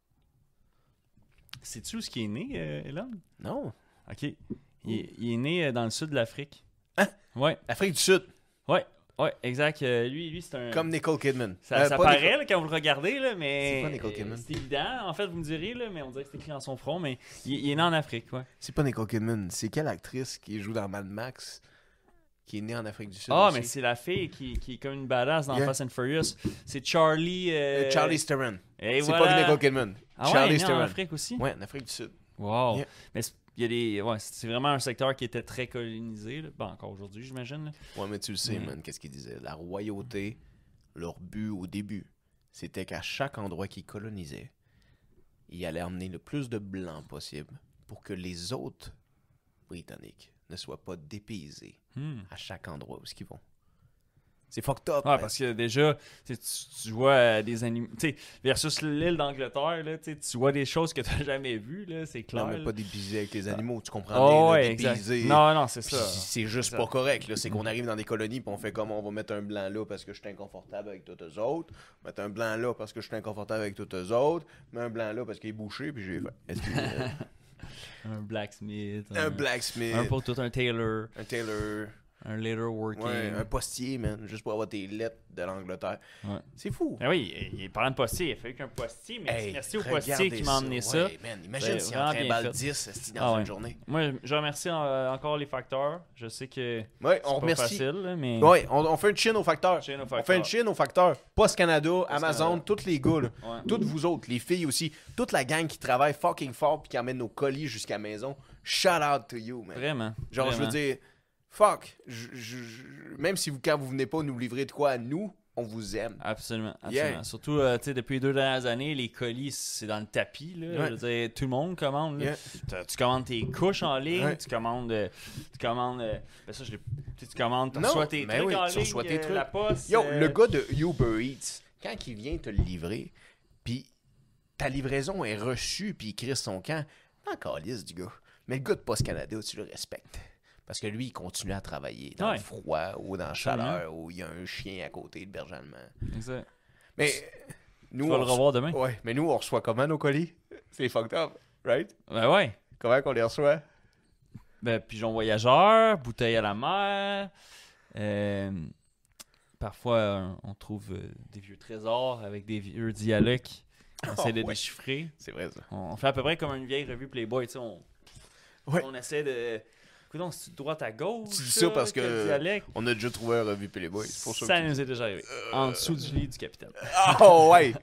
Sais-tu où ce qui est né, euh, Elon? Non. Ok. Il est, il est né euh, dans le sud de l'Afrique. Hein? Ouais. Afrique du Sud. Ouais. Ouais, exact. Euh, lui, lui c'est un. Comme Nicole Kidman. Ça, Euh, ça pas paraît Nicole- là, quand vous le regardez, là, mais. C'est pas Nicole Kidman. C'est évident, en fait, vous me direz, là, mais on dirait que c'est écrit dans son front, mais il, il est né en Afrique, ouais. C'est pas Nicole Kidman. C'est quelle actrice qui joue dans Mad Max qui est née en Afrique du Sud? Ah, aussi? mais c'est la fille qui, qui est comme une badass dans Yeah. Fast and Furious. C'est Charlie. Euh... Euh, Charlie Theron. Et C'est voilà. pas Nicole Kidman. Ah ouais, Charlie il est né en Theron. Afrique aussi. Ouais, en Afrique du Sud. Wow. Yeah. Mais c'est- il y a des. Ouais, c'est vraiment un secteur qui était très colonisé, là. Bon, encore aujourd'hui, j'imagine. là. Ouais, mais tu le sais, Mm. man, qu'est-ce qu'il disait? La royauté, leur but au début, c'était qu'à chaque endroit qu'ils colonisaient, ils allaient emmener le plus de blancs possible pour que les autres Britanniques ne soient pas dépaysés Hmm. à chaque endroit où ils vont. C'est fucked up. Ouais, man. parce que déjà, tu, sais, tu tu vois euh, des animaux. Tu sais, versus l'île d'Angleterre, là, tu sais, tu vois des choses que tu n'as jamais vues, là, c'est clair. Non, mais là. pas dépaysés avec les animaux, tu comprends Oh, bien, là, ouais, exact. dépaysés. Non, non, c'est Puis ça. c'est juste C'est pas ça. correct, là. C'est qu'on arrive dans des colonies puis on fait comme on va mettre un blanc là parce que je suis inconfortable avec tous eux autres, mettre un blanc là parce que je suis inconfortable avec tous eux autres, mettre un blanc là parce qu'il est bouché puis j'ai fait. Excusez-moi. Un blacksmith. un blacksmith, Un pour tout, un tailor, un tailor, un later working. ouais, un postier, man, juste pour avoir tes lettres de l'Angleterre. Ouais. C'est fou. Ah oui, il, il parlant de postier, il a fallu qu'un postier, mais Hey, merci au regardez postier qui m'a emmené ça. Ouais, man, imagine C'est s'il en vraiment bien trimballe fait. dix esti, dans Ah une ouais. journée. Moi, je remercie euh, encore les facteurs. Je sais que Ouais, c'est on pas remercie. facile, là, mais... Ouais, on, on fait une chine au facteur. Chaîne aux On fait facteurs. une chine au facteur. Post Canada, Amazon, Canada. tous les gars, là. Ouais. Toutes vous autres, les filles aussi, toute la gang qui travaille fucking fort puis qui amène nos colis jusqu'à la maison. Shout out to you, man. Vraiment. Genre, je vraiment. veux dire, fuck. je- je- je- même si vous, quand vous venez pas nous livrer de quoi à nous, on vous aime. Absolument, absolument. Yeah. Surtout, euh, tu sais, depuis les deux dernières années, les colis, c'est dans le tapis, là. Ouais. Je veux dire, tout le monde commande, là. Yeah. T'as- Tu commandes tes couches en ligne, Ouais. tu commandes... euh, tu commandes... euh, ben ça, je l'ai... Tu sais, tu commandes, tu Non, reçois tes ben trucs oui, en tu ligne, reçois tes euh, trucs. la poste... Yo, euh, le gars de Uber Eats, quand il vient te le livrer, puis ta livraison est reçue, puis il crisse son camp, t'en calice du gars. Mais le gars de Post Canada, tu le respectes. Parce que lui, il continue à travailler dans Ouais. le froid ou dans la chaleur, où il y a un chien à côté, le berger allemand. Exact. Mais nous, Tu vas on le reçoit- revoir demain. Ouais, mais nous, on reçoit comment nos colis? C'est fucked up, right? Ben ouais. Comment qu'on les reçoit? Ben, pigeon voyageur, bouteille à la mer. euh, parfois, euh, on trouve euh, des vieux trésors avec des vieux dialectes. On essaie de Oh, ouais. déchiffrer. C'est vrai, ça. On, on fait à peu près comme une vieille revue Playboy. Tu sais, on, Ouais. on essaie de. Écoute, donc, c'est de droite à gauche. Tu dis ça parce quel que- dialecte? On a déjà trouvé un revue Playboy. C'est pour ça, Ça que tu- nous est déjà arrivé. En dessous du lit du capitaine. Oh, ouais!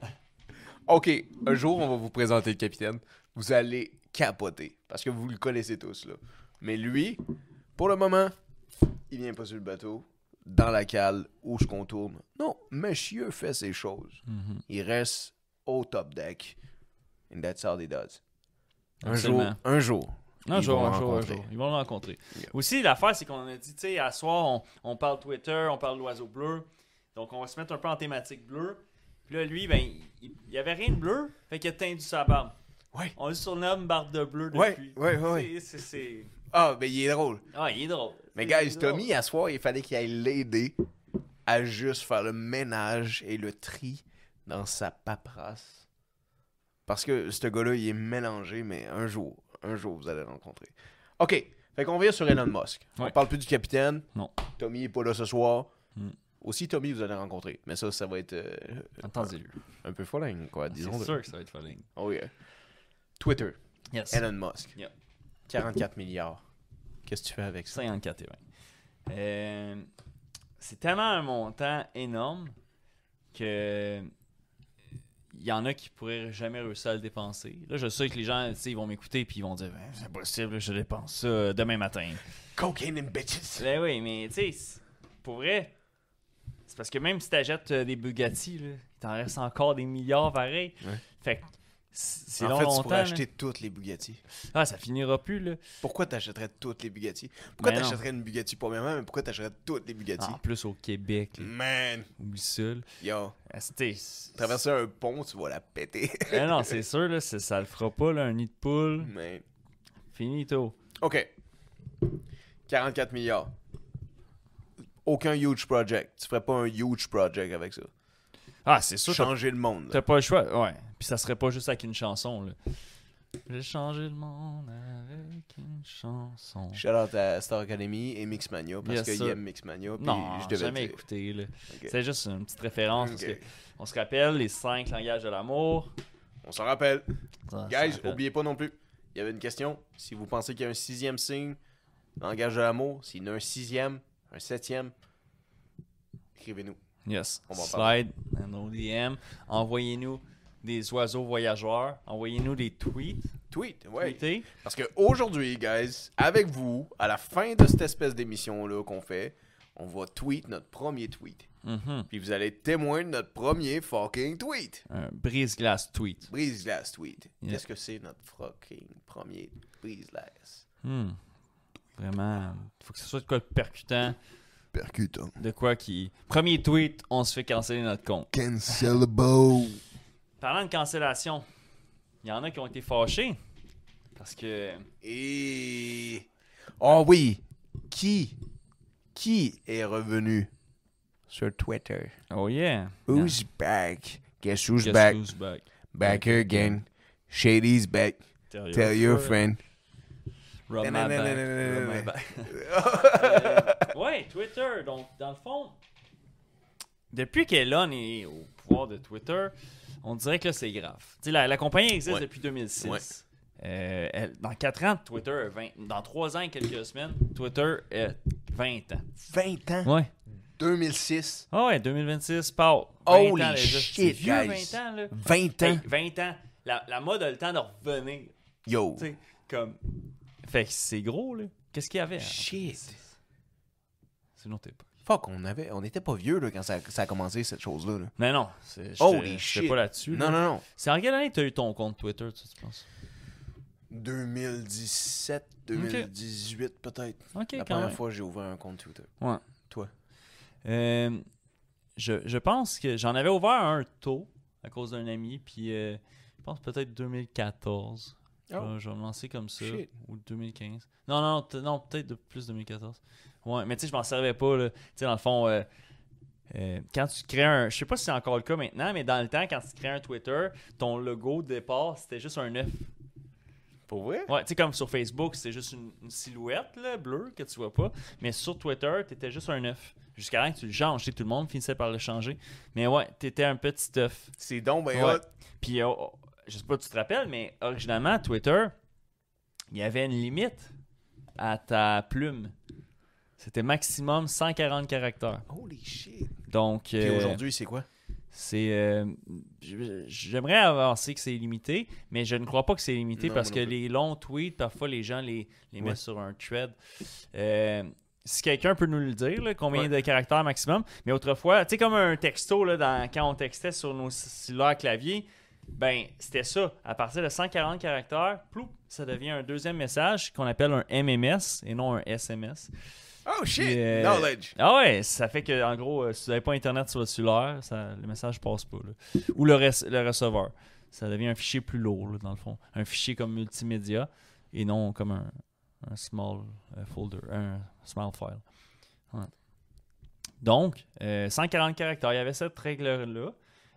OK, un jour, on va vous présenter le capitaine. Vous allez capoter, parce que vous le connaissez tous, là. Mais lui, pour le moment, il vient pas sur le bateau, dans la cale, où je contourne. Non, monsieur fait ses choses. Mhm. Il reste au top deck. And that's all he does. Un Absolument. jour, un jour. Un ils jour, vont un jour, un rencontrer. jour. Ils vont le rencontrer. Yeah. Aussi, l'affaire, c'est qu'on a dit, tu sais, à soir, on, on parle Twitter, on parle l'oiseau bleu. Donc, on va se mettre un peu en thématique bleue. Puis là, lui, ben, il, il y avait rien de bleu, fait qu'il a tendu sa barbe. Ouais. On le surnomme Barbe de bleu Ouais, depuis. ouais, ouais, ouais. C'est- c'est- c'est- Ah, ben il est drôle. Ah, il est drôle. Mais C'est- guys, c'est drôle. Tommy, à soir, il fallait qu'il aille l'aider à juste faire le ménage et le tri dans sa paperasse. Parce que ce gars-là, il est mélangé, mais un jour, un jour, vous allez le rencontrer. OK, fait qu'on vient sur Elon Musk. Ouais. On parle plus du capitaine. Non. Tommy est pas là ce soir. Mm. Aussi, Tommy, vous allez rencontrer. Mais ça, ça va être euh, Entendez-le. un peu following, quoi, disons. C'est sûr que ça va être following. Oh yeah. Twitter, Yes. Elon Musk. Yeah. quarante-quatre milliards. Qu'est-ce que tu fais avec ça? cinquante-quatre et vingt. Euh, c'est tellement un montant énorme que il y en a qui pourraient jamais réussir à le dépenser. Là, je sais que les gens, tu sais, ils vont m'écouter puis ils vont dire ben, c'est impossible, je dépense ça demain matin. Cocaine and bitches. Ben oui, mais tu sais, c'est- pour vrai, c'est parce que même si tu achètes des Bugatti, là, il t'en reste encore des milliards pareil. Ouais. Fait que c'est c'est En long, fait, tu longtemps. pourrais là. acheter toutes les Bugatti. Ah, ça finira plus, là. Pourquoi t'achèterais toutes les Bugatti? Pourquoi Ben non. t'achèterais une Bugatti premièrement, mais pourquoi t'achèterais toutes les Bugatti? En plus, au Québec, là, Man! oublie ça. là. Yo, Ah, c'était- c'est- traverser un pont, tu vas la péter. Ah non, c'est sûr, là, c'est- ça le fera pas, là, un nid de poule. Man. Finito. OK. quarante-quatre milliards. Aucun huge project. Tu ferais pas un huge project avec ça. Ah, c'est sûr, t'as- Changer le monde. là. t'as pas le choix. Ouais. Puis ça serait pas juste avec une chanson, là. J'ai changé le monde avec une chanson. Shout out à Star Academy et Mixmania parce Yes, qu'il sir. aime Mixmania. Puis Non, je devais jamais le dire. écouté, là. Ok. C'est juste une petite référence Ok. parce que on se rappelle les cinq langages de l'amour. On s'en rappelle. Ça, ça Guys, rappelle. oubliez pas non plus. Il y avait une question. Si vous pensez qu'il y a un sixième signe, langage de l'amour, s'il y en a un sixième, un septième, écrivez-nous. Yes. On va en parler. Slide dans nos D M. Envoyez-nous des oiseaux voyageurs. Envoyez-nous des tweets. Tweet, ouais. Tweetez. Parce qu'aujourd'hui, guys, avec vous, à la fin de cette espèce d'émission-là qu'on fait, on va tweet notre premier tweet. Mhm. Puis vous allez être témoin de notre premier fucking tweet. Un brise-glace tweet. Brise-glace tweet. Yeah. Qu'est-ce que c'est notre fucking premier brise-glace? Hmm. Vraiment, faut que ce soit de quoi de percutant, Percutant. de quoi qui... Premier tweet, on se fait canceller notre compte. Cancelable. Parlant de cancellation, il y en a qui ont été fâchés parce que... Et... Oh oui! Qui? Qui est revenu sur Twitter? Oh yeah! Who's back? Guess who's Guess back? who's back? Back again. Shady's back. Tell your, Tell your friend. Rub my back. Rub my back. Euh, ouais, Twitter. Donc, dans le fond, depuis qu'Elon est au pouvoir de Twitter, on dirait que là, c'est grave. Tu sais, la, la compagnie existe Ouais. depuis deux mille six. Ouais. Euh, elle- dans quatre ans, Twitter a vingt. Dans trois ans et quelques semaines, Twitter a vingt ans. vingt ans. Ouais. deux mille six. Ah ouais, deux mille vingt-six, Paul. Holy ans déjà. shit, C'est vieux, guys. vingt ans, là. vingt ans. Hey, vingt ans. La, la mode a le temps de revenir. Yo. Tu sais, comme. Fait que c'est gros, là. Qu'est-ce qu'il y avait? Shit. C'est c'est une autre époque. Fuck, on avait, on était pas vieux là, quand ça, ça a commencé cette chose-là. là. Mais non, c'est- j'étais Holy j'étais shit. pas là-dessus. Non, là. non, non. C'est en quelle année t'as eu ton compte Twitter, tu, tu penses? deux mille dix-sept, deux mille dix-huit peut-être. Ok, La quand première même. fois que j'ai ouvert un compte Twitter. Ouais. Toi? Euh, je, je pense que j'en avais ouvert un tôt à cause d'un ami, puis euh, je pense peut-être deux mille quatorze. Je, Oh. vais- je vais me lancer comme ça. Shit. Ou deux mille quinze. Non, non, t- non peut-être de plus deux mille quatorze. Ouais, mais tu sais, je m'en servais pas. là. Tu sais, dans le fond, euh, euh, quand tu crées un. Je sais pas si c'est encore le cas maintenant, mais dans le temps, quand tu crées un Twitter, ton logo de départ, c'était juste un œuf. Pour vrai? Ouais, tu sais, comme sur Facebook, c'était juste une, une silhouette là, bleue que tu vois pas. Mais sur Twitter, t'étais juste un œuf. Jusqu'à là que tu le changes. Tu sais, tout le monde finissait par le changer. Mais ouais, t'étais un petit œuf. C'est donc ben Ouais. hot. Puis, euh, oh, je sais pas si tu te rappelles, mais originalement, Twitter, il y avait une limite à ta plume. C'était maximum cent quarante caractères. Holy shit. Donc, Puis euh, aujourd'hui, c'est quoi? c'est. euh, j- J'aimerais avancer que c'est limité, mais je ne crois pas que c'est limité Non, parce moi que non plus. les longs tweets, parfois, les gens les, les Ouais. mettent sur un thread. Euh, si quelqu'un peut nous le dire, là, combien Ouais. de caractères maximum. Mais autrefois, tu sais, comme un texto, là, dans, quand on textait sur nos cellulaires clavier, ben, c'était ça. À partir de cent quarante caractères, ploup, ça devient un deuxième message qu'on appelle un M M S et non un S M S. Oh shit! Puis, euh, Knowledge! Ah ouais, ça fait que en gros, euh, si vous n'avez pas Internet sur votre cellulaire, ça, le message passe pas. Là. Ou le, rec- le receveur. Ça devient un fichier plus lourd, là, dans le fond. Un fichier comme multimédia et non comme un, un small euh, folder, un small file. Ouais. Donc, euh, cent quarante caractères, il y avait cette règle-là.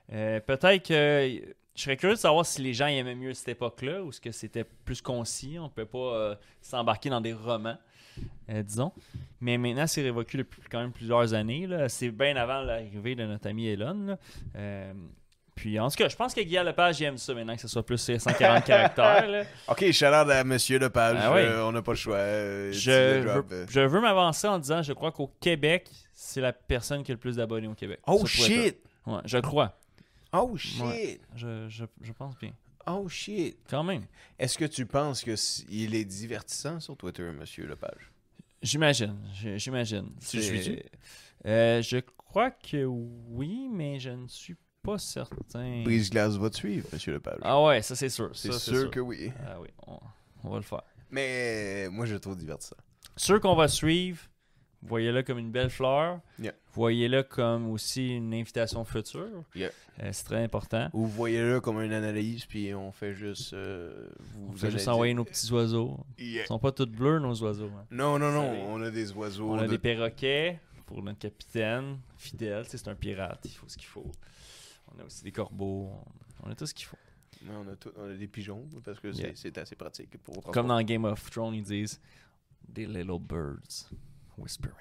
Euh, peut-être que je serais curieux de savoir si les gens aimaient mieux cette époque-là ou est-ce que c'était plus concis. On ne peut pas euh, s'embarquer dans des romans, euh, disons. Mais maintenant, c'est révoqué depuis quand même plusieurs années. Là. C'est bien avant l'arrivée de notre ami Elon. Là. Euh, puis en tout cas, je pense que Guillaume Lepage il aime ça maintenant que ce soit plus cent quarante caractères. Là. Ok, shout-out à Monsieur Lepage. Ah oui. euh, on n'a pas le choix. euh, Je, dis-le, drop, veux, euh. je veux m'avancer en disant, je crois qu'au Québec, c'est la personne qui a le plus d'abonnés au Québec. Oh sur Twitter. shit! Ouais, je crois. Oh shit! Ouais. Je, je, je pense bien. Oh shit! Quand même. Est-ce que tu penses qu'il est divertissant sur Twitter, Monsieur Lepage? J'imagine. j- J'imagine. Tu le C'est- suis-tu? Euh, je crois que oui, mais je ne suis pas certain. Brise Glace va te suivre, Monsieur Lepage. Ah ouais, ça c'est sûr. c'est Ça, sûr, que oui. Ah oui, on, on va le faire. Mais euh, moi, je le trouve divertissant. Ceux qu'on va suivre, voyez-le comme une belle fleur. Yeah. Voyez-le comme aussi une invitation future. Yeah. Euh, c'est très important. Ou vous voyez-le comme une analyse, puis on fait juste. euh, vous On fait juste analyser. envoyer nos petits oiseaux. Yeah. Ils sont pas tous bleus, nos oiseaux. hein. Non, non, non, Vous savez. on a des oiseaux. On a de- des perroquets pour notre capitaine, fidèle. Tu sais, c'est un pirate, il faut ce qu'il faut. On a aussi des corbeaux. On, on a tout ce qu'il faut. Non, on, a tout- on a des pigeons, parce que c'est Yeah. c'est assez pratique pour Comme dans Game of Thrones, ils disent des little birds whispering.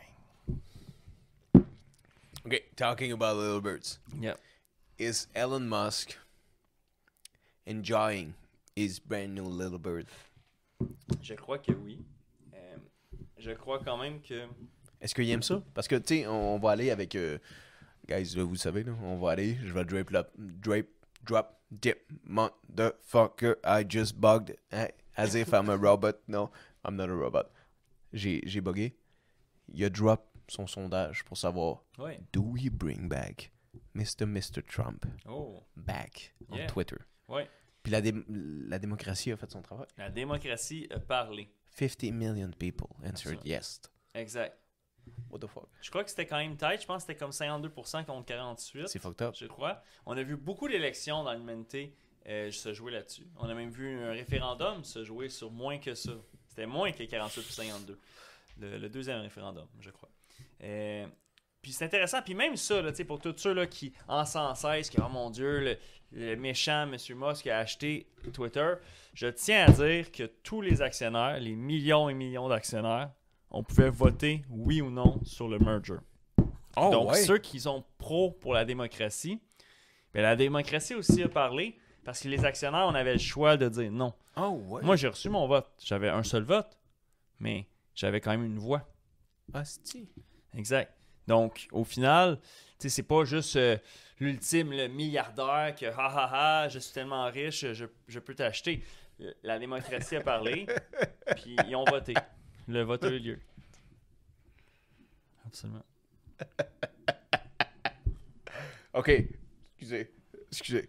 Ok, talking about little birds. Yeah. Is Elon Musk enjoying his brand new little bird? Je crois que oui. Euh, je crois quand même que. Est-ce qu'il aime ça? Parce que, tu sais, on, on va aller avec... euh, guys, là, vous savez, là, on va aller, je vais drape, la, drape, drop, dip, motherfucker, I just bugged, eh, as if I'm a robot. No, I'm not a robot. J'ai j'ai bugué. Il a drop son sondage pour savoir, Ouais. do we bring back mister mister Trump Oh. back on Yeah. Twitter? Ouais. Puis la, dé- la démocratie a fait son travail. La démocratie a parlé. fifty million people answered Absolument. yes. Exact. What the fuck? Je crois que c'était quand même tight. Je pense que c'était comme cinquante-deux pour cent contre quarante-huit. C'est fucked up. Je crois. On a vu beaucoup d'élections dans l'humanité euh, se jouer là-dessus. On a même vu un référendum se jouer sur moins que ça. C'était moins que quarante-huit pour cinquante-deux. Le, le deuxième référendum, je crois. Euh, puis c'est intéressant. Puis même ça, là, pour tous ceux là, qui en cent seize, qui, oh mon Dieu, le, le méchant M. Musk a acheté Twitter, je tiens à dire que tous les actionnaires, les millions et millions d'actionnaires, on pouvait voter oui ou non sur le merger. Oh, Donc, ouais. ceux qui sont pro pour la démocratie, ben, la démocratie aussi a parlé parce que les actionnaires, on avait le choix de dire non. Oh, ouais. Moi, j'ai reçu mon vote. J'avais un seul vote, mais j'avais quand même une voix. Asti. Exact. Donc, au final, tu sais, c'est pas juste euh, l'ultime le milliardaire que ha ha ha, je suis tellement riche, je, je peux t'acheter. La démocratie a parlé, puis ils ont voté. Le vote a eu lieu. Absolument. Ok, excusez, excusez.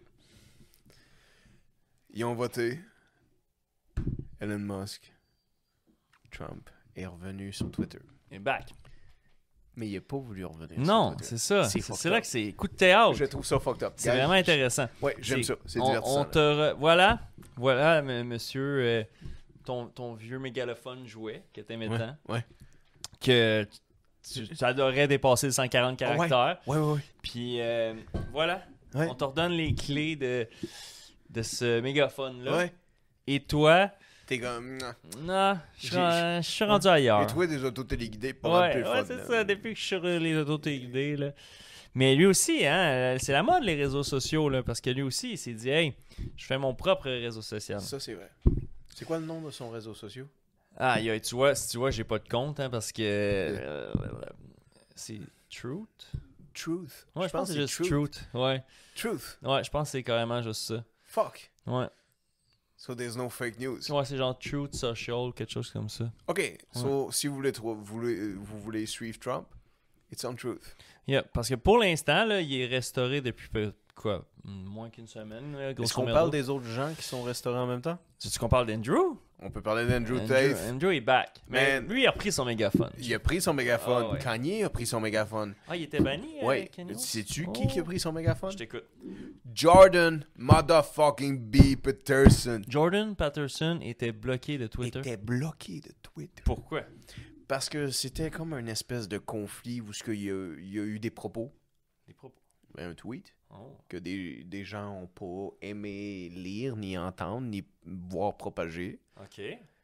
Ils ont voté. Elon Musk, Trump est revenu sur Twitter. Et back. Mais il n'a pas voulu revenir Non, sur Twitter. c'est ça. C'est C'est fucked c'est là up. que c'est coup de théâtre. Je trouve ça fucked up. C'est Guys, vraiment intéressant. Ouais, j'aime ça. C'est on, divertissant. on te re- Voilà, voilà, m- monsieur, euh, ton, ton vieux mégalophone jouet que t'aimais Ouais, tant, ouais. que tu, tu adorais dépasser les cent quarante caractères. Ouais, ouais, ouais. Puis euh, voilà, Ouais. on te redonne les clés de, de ce mégaphone-là. Ouais. Et toi, T'es comme. Non. non, je suis J'ai- ren- je suis rendu ailleurs. Et toi, des auto-téléguidés, pas mal Ouais, plus ouais fun, c'est là. ça, depuis que je suis sur les auto-téléguidés, là. Mais lui aussi, hein, c'est la mode, les réseaux sociaux, là, parce que lui aussi, il s'est dit, hey, je fais mon propre réseau social. Ça, c'est vrai. C'est quoi le nom de son réseau social? Ah, yo, tu vois, si tu vois, j'ai pas de compte, hein, parce que euh, c'est Truth. Truth. Ouais, je, pense que c'est juste Truth. Ouais, Truth. ouais, je pense que c'est carrément juste ça. Fuck. Ouais, So there's no fake news. ouais, c'est genre Truth Social, quelque chose comme ça. Ok, so si vous voulez, trou- vous voulez, vous voulez suivre Trump, it's on Truth. Yeah, parce que pour l'instant, là, il est restauré depuis peu- quoi, moins qu'une semaine. Là, Est-ce grosso qu'on merdo. parle des autres gens qui sont restaurés en même temps? Tu qu'on parle d'Andrew? On peut parler d'Andrew Andrew, Tate. Andrew est back. Mais Man. lui, il a pris son mégaphone. Il a pris son mégaphone. Ah, ouais. Kanye a pris son mégaphone. Ah, il était banni? euh, Ouais. Kanye West? Sais-tu Oh. qui qui a pris son mégaphone? Je t'écoute. Jordan motherfucking B. Peterson. Jordan Patterson était bloqué de Twitter. Était bloqué de Twitter. Pourquoi? Parce que c'était comme une espèce de conflit où ce qu'il y a, il y a eu des propos. Des propos. Un tweet. Oh. que des, des gens n'ont pas aimé lire, ni entendre, ni voir propager. OK.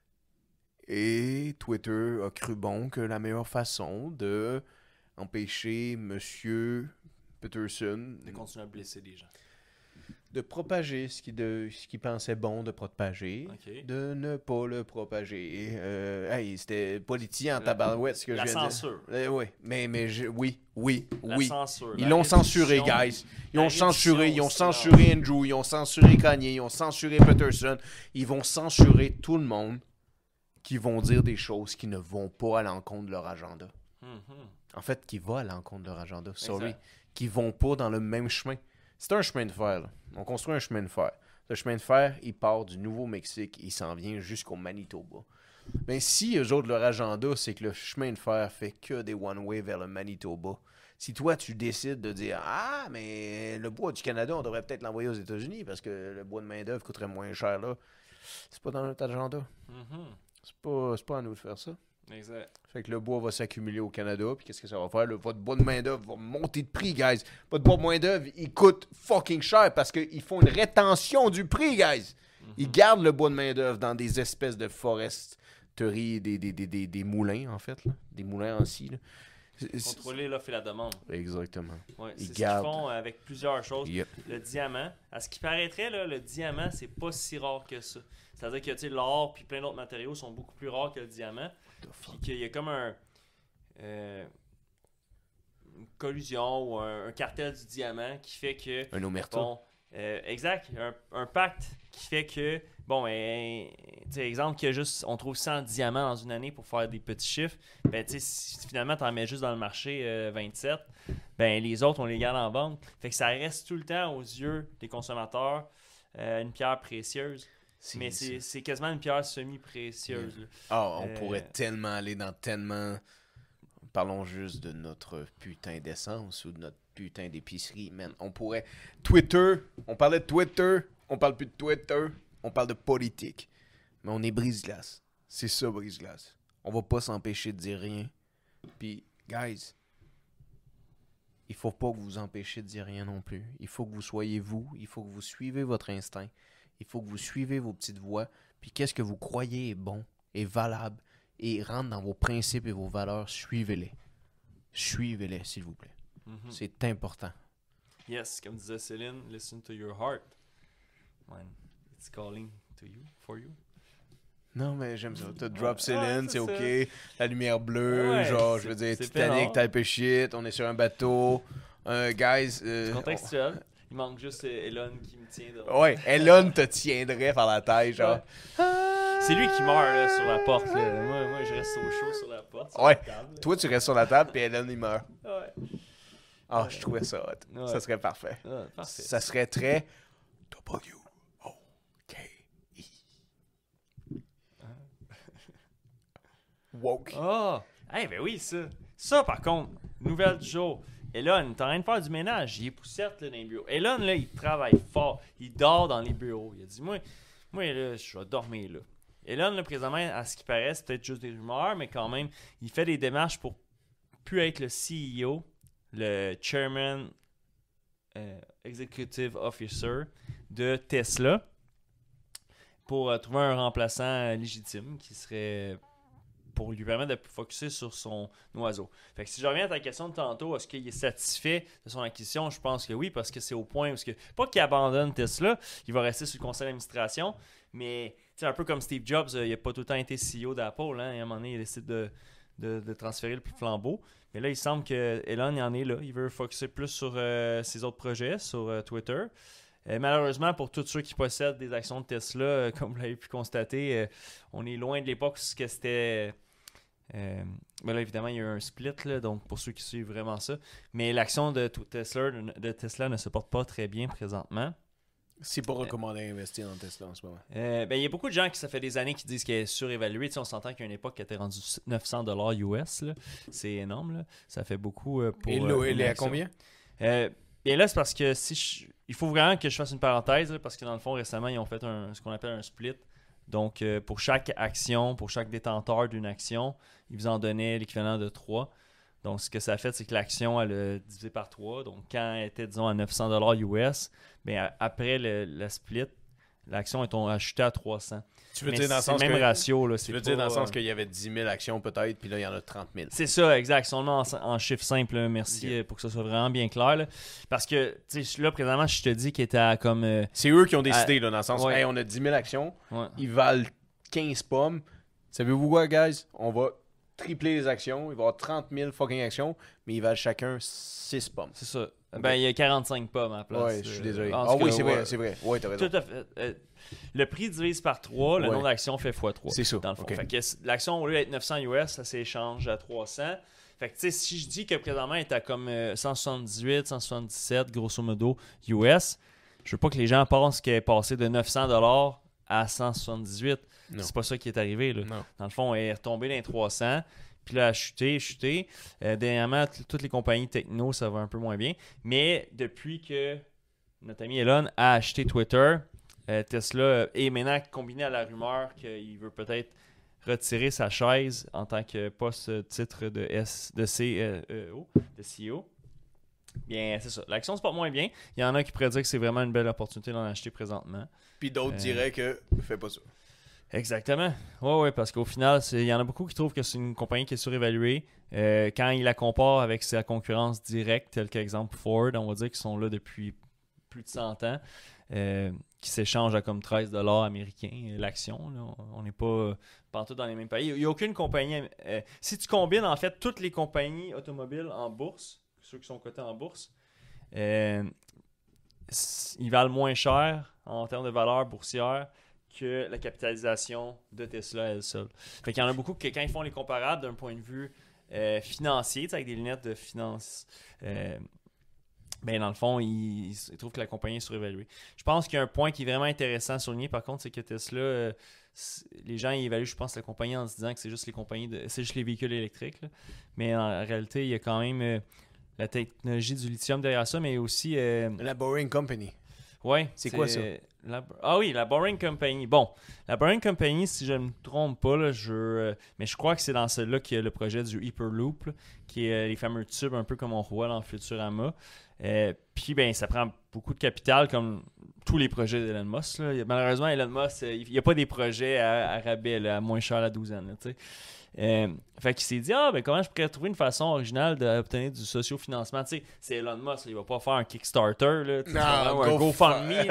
Et Twitter a cru bon que la meilleure façon de empêcher Monsieur Peterson De continuer à blesser des gens. de propager ce qu'il de, ce qu'il pensait bon de propager, OK. de ne pas le propager. Euh, hey, c'était politicien en La- tabarouette, ce que La je viens de censure. dire. Euh, oui, mais, mais je- oui, oui, La oui. censure. Ils la l'ont censuré, réduction. guys. Ils la ont censuré, ils ont réduction, censuré Andrew, ils ont censuré Kanye, ils ont censuré Peterson. Ils vont censurer tout le monde qui vont dire des choses qui ne vont pas à l'encontre de leur agenda. Mhm. En fait, qui va à l'encontre de leur agenda, sorry. Exact. Qui vont pas dans le même chemin. C'est un chemin de fer, là. On construit un chemin de fer. Le chemin de fer, il part du Nouveau-Mexique, il s'en vient jusqu'au Manitoba. Mais si eux autres, leur agenda, c'est que le chemin de fer fait que des one-way vers le Manitoba, si toi, tu décides de dire « Ah, mais le bois du Canada, on devrait peut-être l'envoyer aux États-Unis parce que le bois de main-d'œuvre coûterait moins cher là. » C'est pas dans notre agenda. Mhm. C'est pas, c'est pas à nous de faire ça. Exact. Fait que le bois va s'accumuler au Canada, puis qu'est-ce que ça va faire? Le, votre bois de main-d'œuvre va monter de prix, guys. Votre bois de main-d'œuvre, il coûte fucking cher parce qu'ils font une rétention du prix, guys. Ils gardent le bois de main-d'œuvre dans des espèces de foresteries, des, des, des, des, des moulins, en fait. Là. Des moulins en scie. Là. C'est- c'est- Contrôler l'offre et la demande. Exactement. Ouais, Ils c'est ce gardent. qu'ils font avec plusieurs choses. Yep. Le diamant, à ce qui paraîtrait, là, le diamant, c'est pas si rare que ça. C'est-à-dire que tu sais, l'or puis plein d'autres matériaux sont beaucoup plus rares que le diamant. Puis qu'il y a comme un euh, une collusion ou un, un cartel du diamant qui fait que Un omerta. bon, euh, exact, un, un pacte qui fait que bon, ben, tu sais, exemple qu'il y a juste, on trouve cent diamants dans une année pour faire des petits chiffres. Ben, tu sais, si finalement tu en mets juste dans le marché euh, vingt-sept, ben les autres on les garde en banque. Fait que ça reste tout le temps aux yeux des consommateurs euh, une pierre précieuse. C'est- Mais c'est c'est quasiment une pierre semi-précieuse. là. Ah, on Euh, pourrait tellement aller dans tellement... Parlons juste de notre putain d'essence ou de notre putain d'épicerie, man. On pourrait... Twitter, on parlait de Twitter, on parle plus de Twitter, on parle de politique. Mais on est brise-glace. C'est ça, brise-glace. On va pas s'empêcher de dire rien. Puis, guys, il faut pas que vous vous empêchiez de dire rien non plus. Il faut que vous soyez vous, il faut que vous suivez votre instinct. Il faut que vous suivez vos petites voies. Puis qu'est-ce que vous croyez est bon, est valable, et rentre dans vos principes et vos valeurs, suivez-les. Suivez-les, s'il vous plaît. Mhm. C'est important. Yes, comme disait Céline, listen to your heart. When it's calling to you, for you. Non, mais j'aime ça. T'as Ouais, drop ouais, Céline, c'est c'est OK. La lumière bleue, Ouais, genre, je c'est- veux dire, c'est Titanic, peinard. type of shit. On est sur un bateau. Euh, guys... euh, Contextuel. Il manque juste euh, Elon qui me tient. de- on- Ouais, Elon te tiendrait par la taille, genre... C'est lui qui meurt là, sur la porte. Là. Moi, moi, je reste au chaud sur la porte. sur Ouais. la table, là. Toi, tu restes sur la table, puis Elon, il meurt. Ouais. Ah, je trouvais ça hot. Ouais. Ça serait parfait. Ah, parfait. Ça serait très... W O K E. Woke. Ah! Eh ben oui, ça. Ça, par contre, nouvelle du jour. Elon, t'es en train de faire du ménage. Il est poussette là, dans les bureaux. Elon, là, il travaille fort. Il dort dans les bureaux. Il a dit, moi, moi là, je vais dormir là. Elon, là, présentement, à ce qui paraît, c'est peut-être juste des rumeurs, mais quand même, il fait des démarches pour plus être le C E O, le Chairman euh, Executive Officer de Tesla, pour euh, trouver un remplaçant euh, légitime qui serait pour lui permettre de focusser sur son oiseau. Fait que si je reviens à ta question de tantôt, est-ce qu'il est satisfait de son acquisition? Je pense que oui, parce que c'est au point où, que, pas qu'il abandonne Tesla, il va rester sur le conseil d'administration, mais un peu comme Steve Jobs, euh, il n'a pas tout le temps été C E O d'Apple, hein, et à un moment donné, il décide de, de, de transférer le flambeau. Mais là, il semble que Elon, il en est là. Il veut focusser plus sur euh, ses autres projets, sur euh, Twitter. Euh, malheureusement, pour tous ceux qui possèdent des actions de Tesla, euh, comme vous l'avez pu constater, euh, on est loin de l'époque où c'était... Euh, mais là, évidemment, il y a eu un split, là, donc pour ceux qui suivent vraiment ça. Mais l'action de t- Tesla, de Tesla ne se porte pas très bien présentement. C'est pas recommandé d'investir dans Tesla en ce moment. Euh, ben, il y a beaucoup de gens qui, ça fait des années qui disent qu'elle est surévaluée. Tu sais, on s'entend qu'il y a une époque qui était rendue neuf cents dollars U S. Là. C'est énorme. Là. Ça fait beaucoup euh, pour. Et euh, là, une il est à action. combien? Euh, et là, c'est parce que si je- il faut vraiment que je fasse une parenthèse, là, parce que dans le fond, récemment, ils ont fait un, ce qu'on appelle un split. Donc, euh, pour chaque action, pour chaque détenteur d'une action, ils vous en donnaient l'équivalent de trois. Donc, ce que ça a fait, c'est que l'action, elle a divisé par trois. Donc, quand elle était, disons, à neuf cents dollars U S, bien, après le, la split, l'action est achetée à trois cents. Tu veux Mais dire dans le c'est sens le même que, ratio. Là, tu veux pas, dire dans le sens euh, qu'il y avait dix mille actions peut-être, puis là, il y en a trente mille. C'est ça, exact. Si on le met en, en chiffre simple, là, merci Okay. euh, pour que ça soit vraiment bien clair. Là. Parce que, tu sais, là, présentement, je te dis qu'il était à comme... euh, C'est eux qui ont décidé, là, dans le sens, ouais. hey, on a dix mille actions, ouais. ils valent quinze pommes. Savez-vous quoi, guys? On va tripler les actions, il va y avoir trente mille fucking actions, mais ils valent chacun six pommes. C'est ça. Okay. Ben, il y a quarante-cinq pommes à la place. Ouais, je suis désolé. Euh, Ah oui, cas, c'est ouais, vrai, c'est vrai. Ouais, t'as raison. Tout à fait. Euh, le prix divise par trois, le Ouais. nombre d'actions fait fois trois. C'est ça. Dans le fond. Okay. Fait que l'action, au lieu d'être neuf cents U S, ça s'échange à trois cents. Fait que, tu sais, si je dis que présentement, elle est à comme euh, cent soixante-dix-huit, cent soixante-dix-sept, grosso modo, U S, je veux pas que les gens pensent qu'elle est passée de neuf cents dollars à cent soixante-dix-huit. Non. C'est pas ça qui est arrivé, là. Non. Dans le fond, elle est retombée dans les trois cents. Puis là, elle a chuté, chuté. Euh, dernièrement, t- toutes les compagnies techno, ça va un peu moins bien. Mais depuis que notre ami Elon a acheté Twitter, euh, Tesla euh, est maintenant combiné à la rumeur qu'il veut peut-être retirer sa chaise en tant que poste-titre de, S, de C E O, de C E O. Bien, c'est ça. L'action se porte moins bien. Il y en a qui pourraient dire que c'est vraiment une belle opportunité d'en acheter présentement. Puis d'autres Euh, diraient que fais pas ça. Exactement. Oui, oui, parce qu'au final, il y en a beaucoup qui trouvent que c'est une compagnie qui est surévaluée. Euh, quand ils la comparent avec sa concurrence directe, telle qu'exemple Ford, on va dire qu'ils sont là depuis plus de cent ans, euh, qui s'échangent à comme treize dollars américains l'action. Là. On n'est pas euh, pantoute dans les mêmes pays. Il n'y a aucune compagnie... Euh, si tu combines, en fait, toutes les compagnies automobiles en bourse, ceux qui sont cotés en bourse, euh, ils valent moins cher en termes de valeur boursière que la capitalisation de Tesla elle seule. Fait qu'il y en a beaucoup que quand ils font les comparables d'un point de vue euh, financier, avec des lunettes de finance, euh, ben dans le fond, ils, ils trouvent que la compagnie est surévaluée. Je pense qu'il y a un point qui est vraiment intéressant à souligner, par contre, c'est que Tesla, euh, les gens ils évaluent, je pense, la compagnie en se disant que c'est juste les compagnies de, c'est juste les véhicules électriques. Là. Mais en réalité, il y a quand même euh, la technologie du lithium derrière ça, mais aussi... Euh, La Boring Company. Ouais. C'est quoi ça? La, ah oui, la Boring Company. Bon, la Boring Company, si je ne me trompe pas, là, je, euh, mais je crois que c'est dans celle-là qu'il y a le projet du Hyperloop, là, qui est euh, les fameux tubes un peu comme on voit dans Futurama. Euh, Puis, ben, ça prend beaucoup de capital comme tous les projets d'Elon Musk. Là. Malheureusement, Elon Musk, euh, il n'y a pas des projets à, à rabais, là, à moins cher la douzaine. Là, Euh, fait qu'il s'est dit, ah, ben comment je pourrais trouver une façon originale d'obtenir du socio-financement. Tu sais, c'est Elon Musk, là, il va pas faire un Kickstarter, là, non, ou un GoFundMe.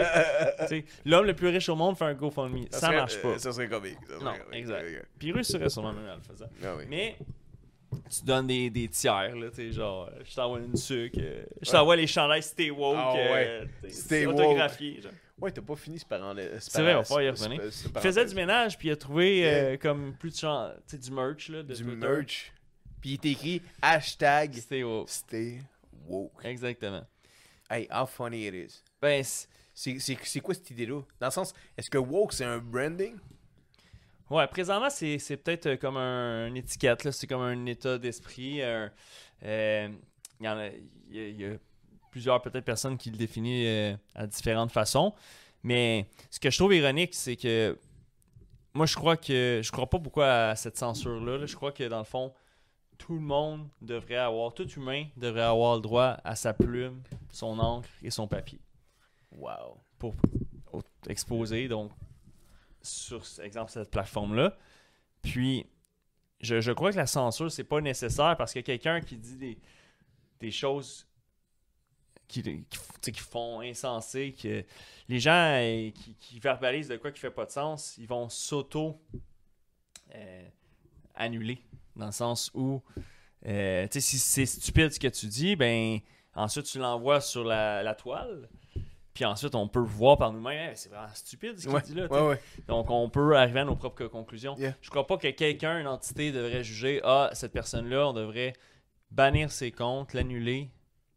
L'homme le plus riche au monde fait un GoFundMe. Ça, Ça, ça serait, marche pas. Euh, ça serait comique. Ça serait Non, comique. exact. Okay. Puis il réussirait sûrement même à le faisant. Ah oui. Mais tu donnes des, des tiers, là, tu sais, genre, je t'envoie une sucre, euh, je t'envoie ouais. les chandails Stay Woke, ah, ouais. euh, Stay autographiés, genre. Ouais, t'as pas fini ce parent-là. C'est vrai, on va pas y revenir. Il faisait du ménage, puis il a trouvé yeah. euh, comme plus de chan... du merch. Là, de du Twitter. merch. Puis il est écrit hashtag Stay woke. Stay woke. Exactement. Hey, how funny it is. Ben, c'est, c'est, c'est quoi cette idée-là? Dans le sens, est-ce que woke, c'est un branding? Ouais, présentement, c'est, c'est peut-être comme un, une étiquette. Là. C'est comme un état d'esprit. Un, euh, il y en a... Il y a, il y a plusieurs peut-être personnes qui le définissent euh, à différentes façons. Mais ce que je trouve ironique, c'est que moi, je crois que je crois pas beaucoup à cette censure-là. Là. Je crois que dans le fond, tout le monde devrait avoir, tout humain devrait avoir le droit à sa plume, son encre et son papier. Wow. Pour exposer, donc, sur, exemple, cette plateforme-là. Puis, je, je crois que la censure, c'est pas nécessaire parce que quelqu'un qui dit des, des choses qui, qui, qui font insensé, que les gens euh, qui, qui verbalisent de quoi qui fait pas de sens, ils vont s'auto euh, annuler, dans le sens où euh, si c'est stupide ce que tu dis, ben ensuite tu l'envoies sur la, la toile, puis ensuite on peut voir par nous-mêmes, hey, c'est vraiment stupide ce qu'il ouais, dit là. Ouais, ouais. Donc on peut arriver à nos propres conclusions. Yeah. Je crois pas que quelqu'un, une entité devrait juger, ah, cette personne-là, on devrait bannir ses comptes, l'annuler.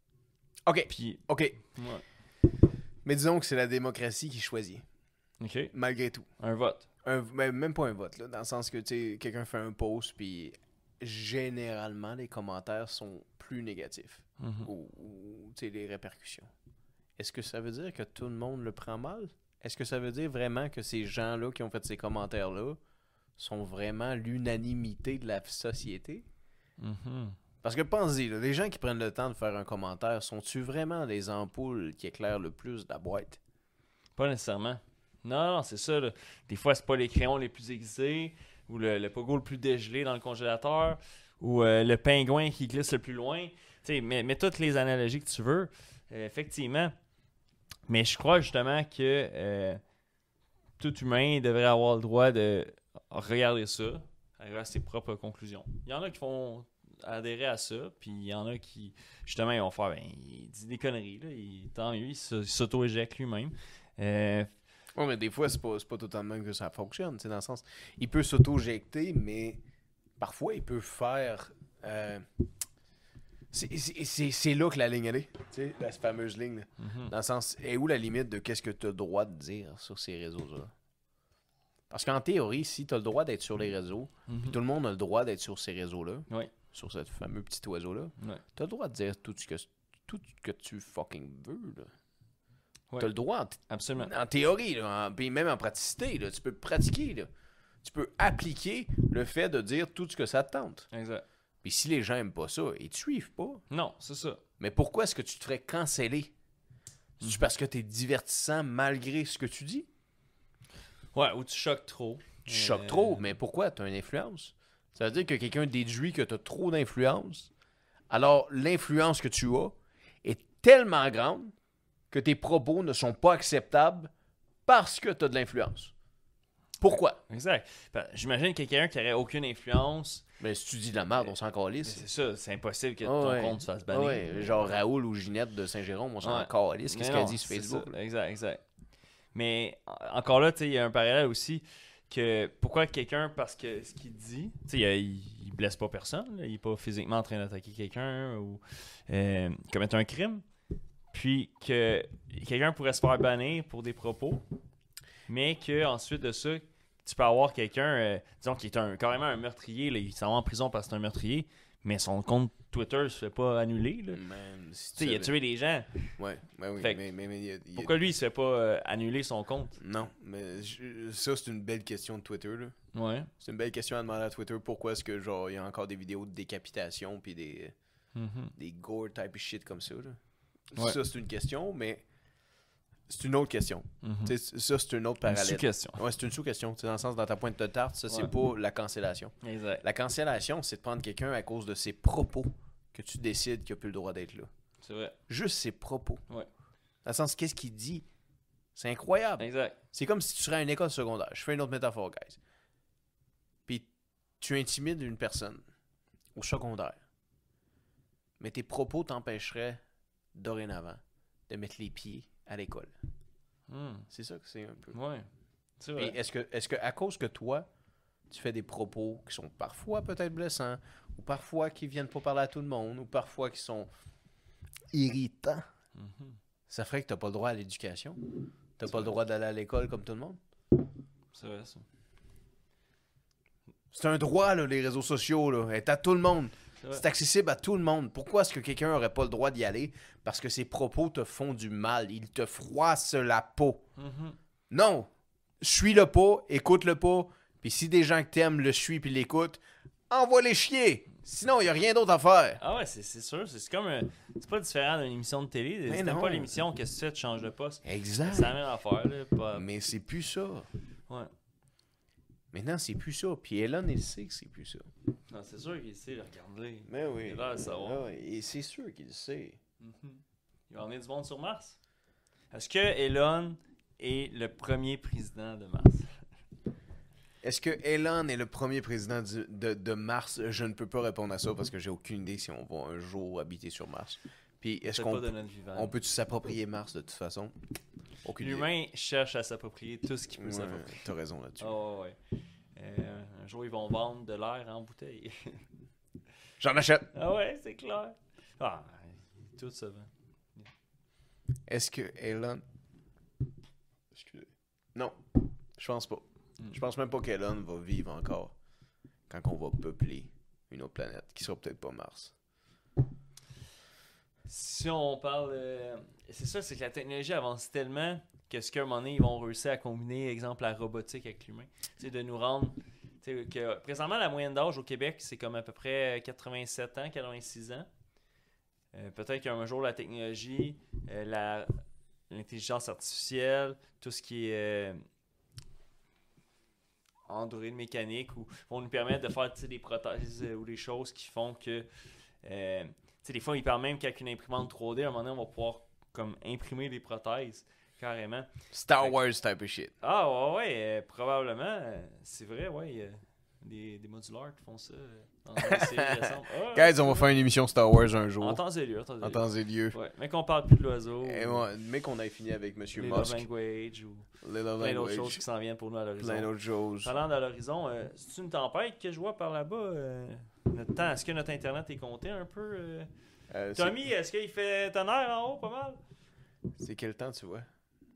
OK. Puis, OK. Ouais. Mais disons que c'est la démocratie qui choisit. OK. Malgré tout. Un vote. Un, ben, même pas un vote, là, dans le sens que tu sais, quelqu'un fait un post, puis généralement, les commentaires sont plus négatifs. Mm-hmm. Ou, ou tu sais, les répercussions. Est-ce que ça veut dire que tout le monde le prend mal? Est-ce que ça veut dire vraiment que ces gens-là qui ont fait ces commentaires-là sont vraiment l'unanimité de la société? Mm-hmm. Parce que pense-y, là, les gens qui prennent le temps de faire un commentaire, sont-tu vraiment les ampoules qui éclairent le plus la boîte? Pas nécessairement. Non, non, c'est ça. Là. Des fois, c'est pas les crayons les plus aiguisés, ou le, le pogo le plus dégelé dans le congélateur, ou euh, le pingouin qui glisse le plus loin. T'sais, mets, mets toutes les analogies que tu veux, euh, effectivement. Mais je crois justement que euh, tout humain devrait avoir le droit de regarder ça, arriver à ses propres conclusions. Il y en a qui font adhérer à ça, puis il y en a qui, justement, ils vont faire, ben, il dit des conneries, là, il, tant mieux, il s'auto-éjecte lui-même. Euh, Oui, mais des fois, c'est pas, c'est pas totalement que ça fonctionne, dans le sens, il peut s'auto-éjecter, mais parfois, il peut faire... Euh, c'est, c'est, c'est, c'est là que la ligne, elle est, tu sais, la fameuse ligne, là. mm-hmm. Dans le sens, est où la limite de qu'est-ce que tu as le droit de dire sur ces réseaux-là? Parce qu'en théorie, si tu as le droit d'être sur les réseaux, Mm-hmm. puis tout le monde a le droit d'être sur ces réseaux-là, Oui. sur ce fameux petit oiseau-là, Ouais. tu as le droit de dire tout ce que, tout ce que tu fucking veux, là. Ouais. Tu as le droit, en, t- Absolument. en théorie, là, en- puis même en praticité, là, tu peux pratiquer, là. Tu peux appliquer le fait de dire tout ce que ça te tente. Exact. Puis si les gens aiment pas ça, ils te suivent pas. Non, c'est ça. Mais pourquoi est-ce que tu te ferais canceller? C'est Mm. parce que tu es divertissant malgré ce que tu dis? Ouais, ou tu choques trop. Tu Euh, choques trop, mais pourquoi? Tu as une influence. Ça veut dire que quelqu'un déduit que tu as trop d'influence. Alors, l'influence que tu as est tellement grande que tes propos ne sont pas acceptables parce que tu as de l'influence. Pourquoi? Exact. Ben, j'imagine quelqu'un qui n'aurait aucune influence. Mais si tu dis de la merde, on s'en Mais calisse. c'est ça, c'est impossible que Ah ton ouais. compte se fasse Ah bannir. ouais, genre Raoul ou Ginette de Saint-Jérôme, on s'en Ouais. calisse. Qu'est-ce Mais qu'elle non, dit sur c'est Facebook? ça. là? Exact, exact. Mais en- encore là, tu sais, il y a un parallèle aussi que pourquoi quelqu'un, parce que ce qu'il dit, tu sais, il, il blesse pas personne, là, il est pas physiquement en train d'attaquer quelqu'un ou euh, commettre un crime, puis que quelqu'un pourrait se faire bannir pour des propos, mais que ensuite de ça, tu peux avoir quelqu'un, euh, disons, qui est un, carrément un meurtrier, là, il s'en va en prison parce que c'est un meurtrier, mais son compte Twitter se fait pas annuler. Là. Man, si Tu sais, il a savais- tué des gens. Ouais, ouais, oui, Fait que mais, mais, mais il y a- il y a- Pourquoi lui, il se fait pas euh, annuler son compte? Non, mais je- ça, c'est une belle question de Twitter, là. Ouais. C'est une belle question à demander à Twitter. Pourquoi est-ce que, genre, il y a encore des vidéos de décapitation puis des, Mhm. des gore type of shit comme ça, là? Ouais. Ça, c'est une question, mais c'est une autre question. Mhm. Tu sais, ça, c'est une autre Une parallèle. sous-question. Ouais, c'est une sous-question. Tu sais, dans le sens, dans ta pointe de tarte, ça, c'est Ouais. pas la cancellation. Exact. La cancellation, c'est de prendre quelqu'un à cause de ses propos que tu décides qu'il n'a plus le droit d'être là. C'est vrai. Juste ses propos. Ouais. Dans le sens, qu'est-ce qu'il dit? C'est incroyable. Exact. C'est comme si tu serais à une école secondaire. Je fais une autre métaphore, guys. Puis tu intimides une personne au secondaire. Mais tes propos t'empêcheraient dorénavant de mettre les pieds à l'école. Hmm. C'est ça que c'est un peu. Ouais. C'est Et vrai. est-ce que, est-ce que à cause que toi, tu fais des propos qui sont parfois peut-être blessants, ou parfois qui viennent pas parler à tout le monde, ou parfois qui sont irritants, Mhm. ça ferait que t'as pas le droit à l'éducation? T'as pas le droit d'aller à l'école comme tout le monde? C'est vrai, ça. C'est un droit, là, les réseaux sociaux, là. C'est à tout le monde. C'est vrai. C'est accessible à tout le monde. Pourquoi est-ce que quelqu'un aurait pas le droit d'y aller? Parce que ses propos te font du mal. Ils te froissent la peau. Mhm. Non! Suis-le pas, écoute-le pas. Puis si des gens que t'aimes le suivent puis l'écoutent, envoie-les chier! Sinon, il n'y a rien d'autre à faire. Ah ouais, c'est c'est sûr. C'est c'est comme. un- C'est pas différent d'une émission de télé. Mais C'est non. pas l'émission, qu'est-ce que tu fais, tu changes de poste. Exact. C'est la même affaire, là. Pas... Mais c'est plus ça. Ouais. Maintenant, c'est plus ça. Puis Elon, il sait que c'est plus ça. Non, c'est sûr qu'il sait, regarde-le. Mais oui. Il a l'air de savoir. Ah ouais, et c'est sûr qu'il le sait. Mhm. Il va emmener du monde sur Mars. Est-ce que Elon est le premier président de Mars? Est-ce que Elon est le premier président du- de, de Mars? Je ne peux pas répondre à ça parce que j'ai aucune idée si on va un jour habiter sur Mars. Puis est-ce Peut-être qu'on pas de notre vivant. on peut-tu s'approprier Mars de toute façon? Aucune idée. L'humain cherche à s'approprier tout ce qu'il peut Ouais, s'approprier. t'as raison là-dessus. Oh, ouais. Euh, un jour, ils vont vendre de l'air en bouteille. J'en achète. Ah ouais, c'est clair. Ah, tout ça va. Est-ce que Elon... Excusez. Non, je pense pas. Mm. Je pense même pas qu'Elon va vivre encore quand on va peupler une autre planète, qui sera peut-être pas Mars. Si on parle. euh, c'est ça, c'est que la technologie avance tellement que ce qu'à un moment donné, ils vont réussir à combiner, exemple, la robotique avec l'humain. Tu sais, de nous rendre Tu sais, que présentement, la moyenne d'âge au Québec, c'est comme à peu près quatre-vingt-sept ans, quatre-vingt-six ans. Euh, peut-être qu'un jour, la technologie, euh, la, l'intelligence artificielle, tout ce qui est euh, Android mécanique, ou, vont nous permettre de faire des prothèses euh, ou des choses qui font que... Euh, tu sais, des fois, ils parlent même qu'avec une imprimante trois D, à un moment donné, on va pouvoir comme imprimer des prothèses, carrément. Star Fait que- Wars type of shit. Ah ouais, ouais, euh, probablement. euh, c'est vrai, ouais. Il y a des, des modulars qui font ça euh, dans des séries récentes. Ah, Guys, on va faire une émission Star Wars un jour. En temps et lieu, en temps et lieu. En temps et lieu. Ouais, mais qu'on parle plus de l'oiseau. Et ou moi, mais qu'on ait fini avec Monsieur les Musk. love language ou Les Love plein d'autres choses Language. qui s'en viennent pour nous à l'horizon. Plein d'autres choses. Parlant de l'horizon, euh, c'est une tempête que je vois par là-bas. euh, notre temps, est-ce que notre internet est compté un peu euh? Euh, c'est- Tommy, est-ce qu'il fait tonnerre en haut pas mal? C'est quel temps, tu vois?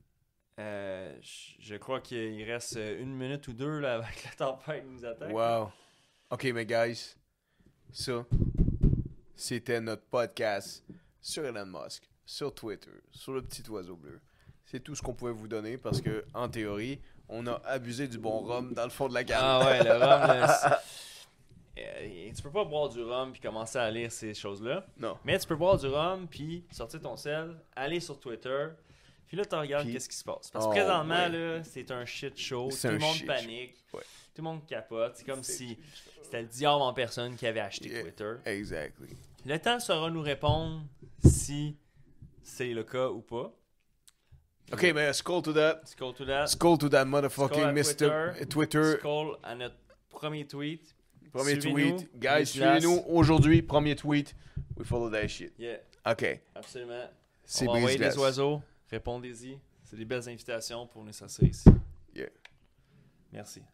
Euh, je- je crois qu'il reste une minute ou deux là, avec la tempête qui nous attaque. Wow. Ok, mais guys, ça, c'était notre podcast sur Elon Musk, sur Twitter, sur le petit oiseau bleu. C'est tout ce qu'on pouvait vous donner parce que, en théorie, on a abusé du bon rhum dans le fond de la canne. Ah ouais, le rhum, là, c'est- Euh, tu peux pas boire du rhum puis commencer à lire ces choses-là. Non. Mais tu peux boire du rhum puis sortir ton sel, aller sur Twitter, puis là tu regardes Puis- qu'est-ce qui se passe. Parce que Oh, présentement ouais. là, c'est un shit show, C'est tout le un monde shit panique, show. Ouais. tout le monde capote, c'est comme C'est- si c'était le diable en personne qui avait acheté Yeah. Twitter. Exactly. Le temps saura nous répondre si c'est le cas ou pas. Ok, mais skull to that. Scroll to that. Skull to that Skull motherfucking à mister Twitter. Twitter. Scroll à notre premier tweet. Premier Suivez-nous, tweet. Guys, les suivez-nous places. aujourd'hui. Premier tweet. We follow that shit. Yeah, Ok. absolument. C'est On va envoyer business. des oiseaux. Répondez-y. C'est des belles invitations pour nous s'asseoir ici. Yeah. Merci.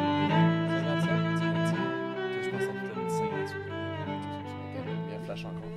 Il y a un flash encore.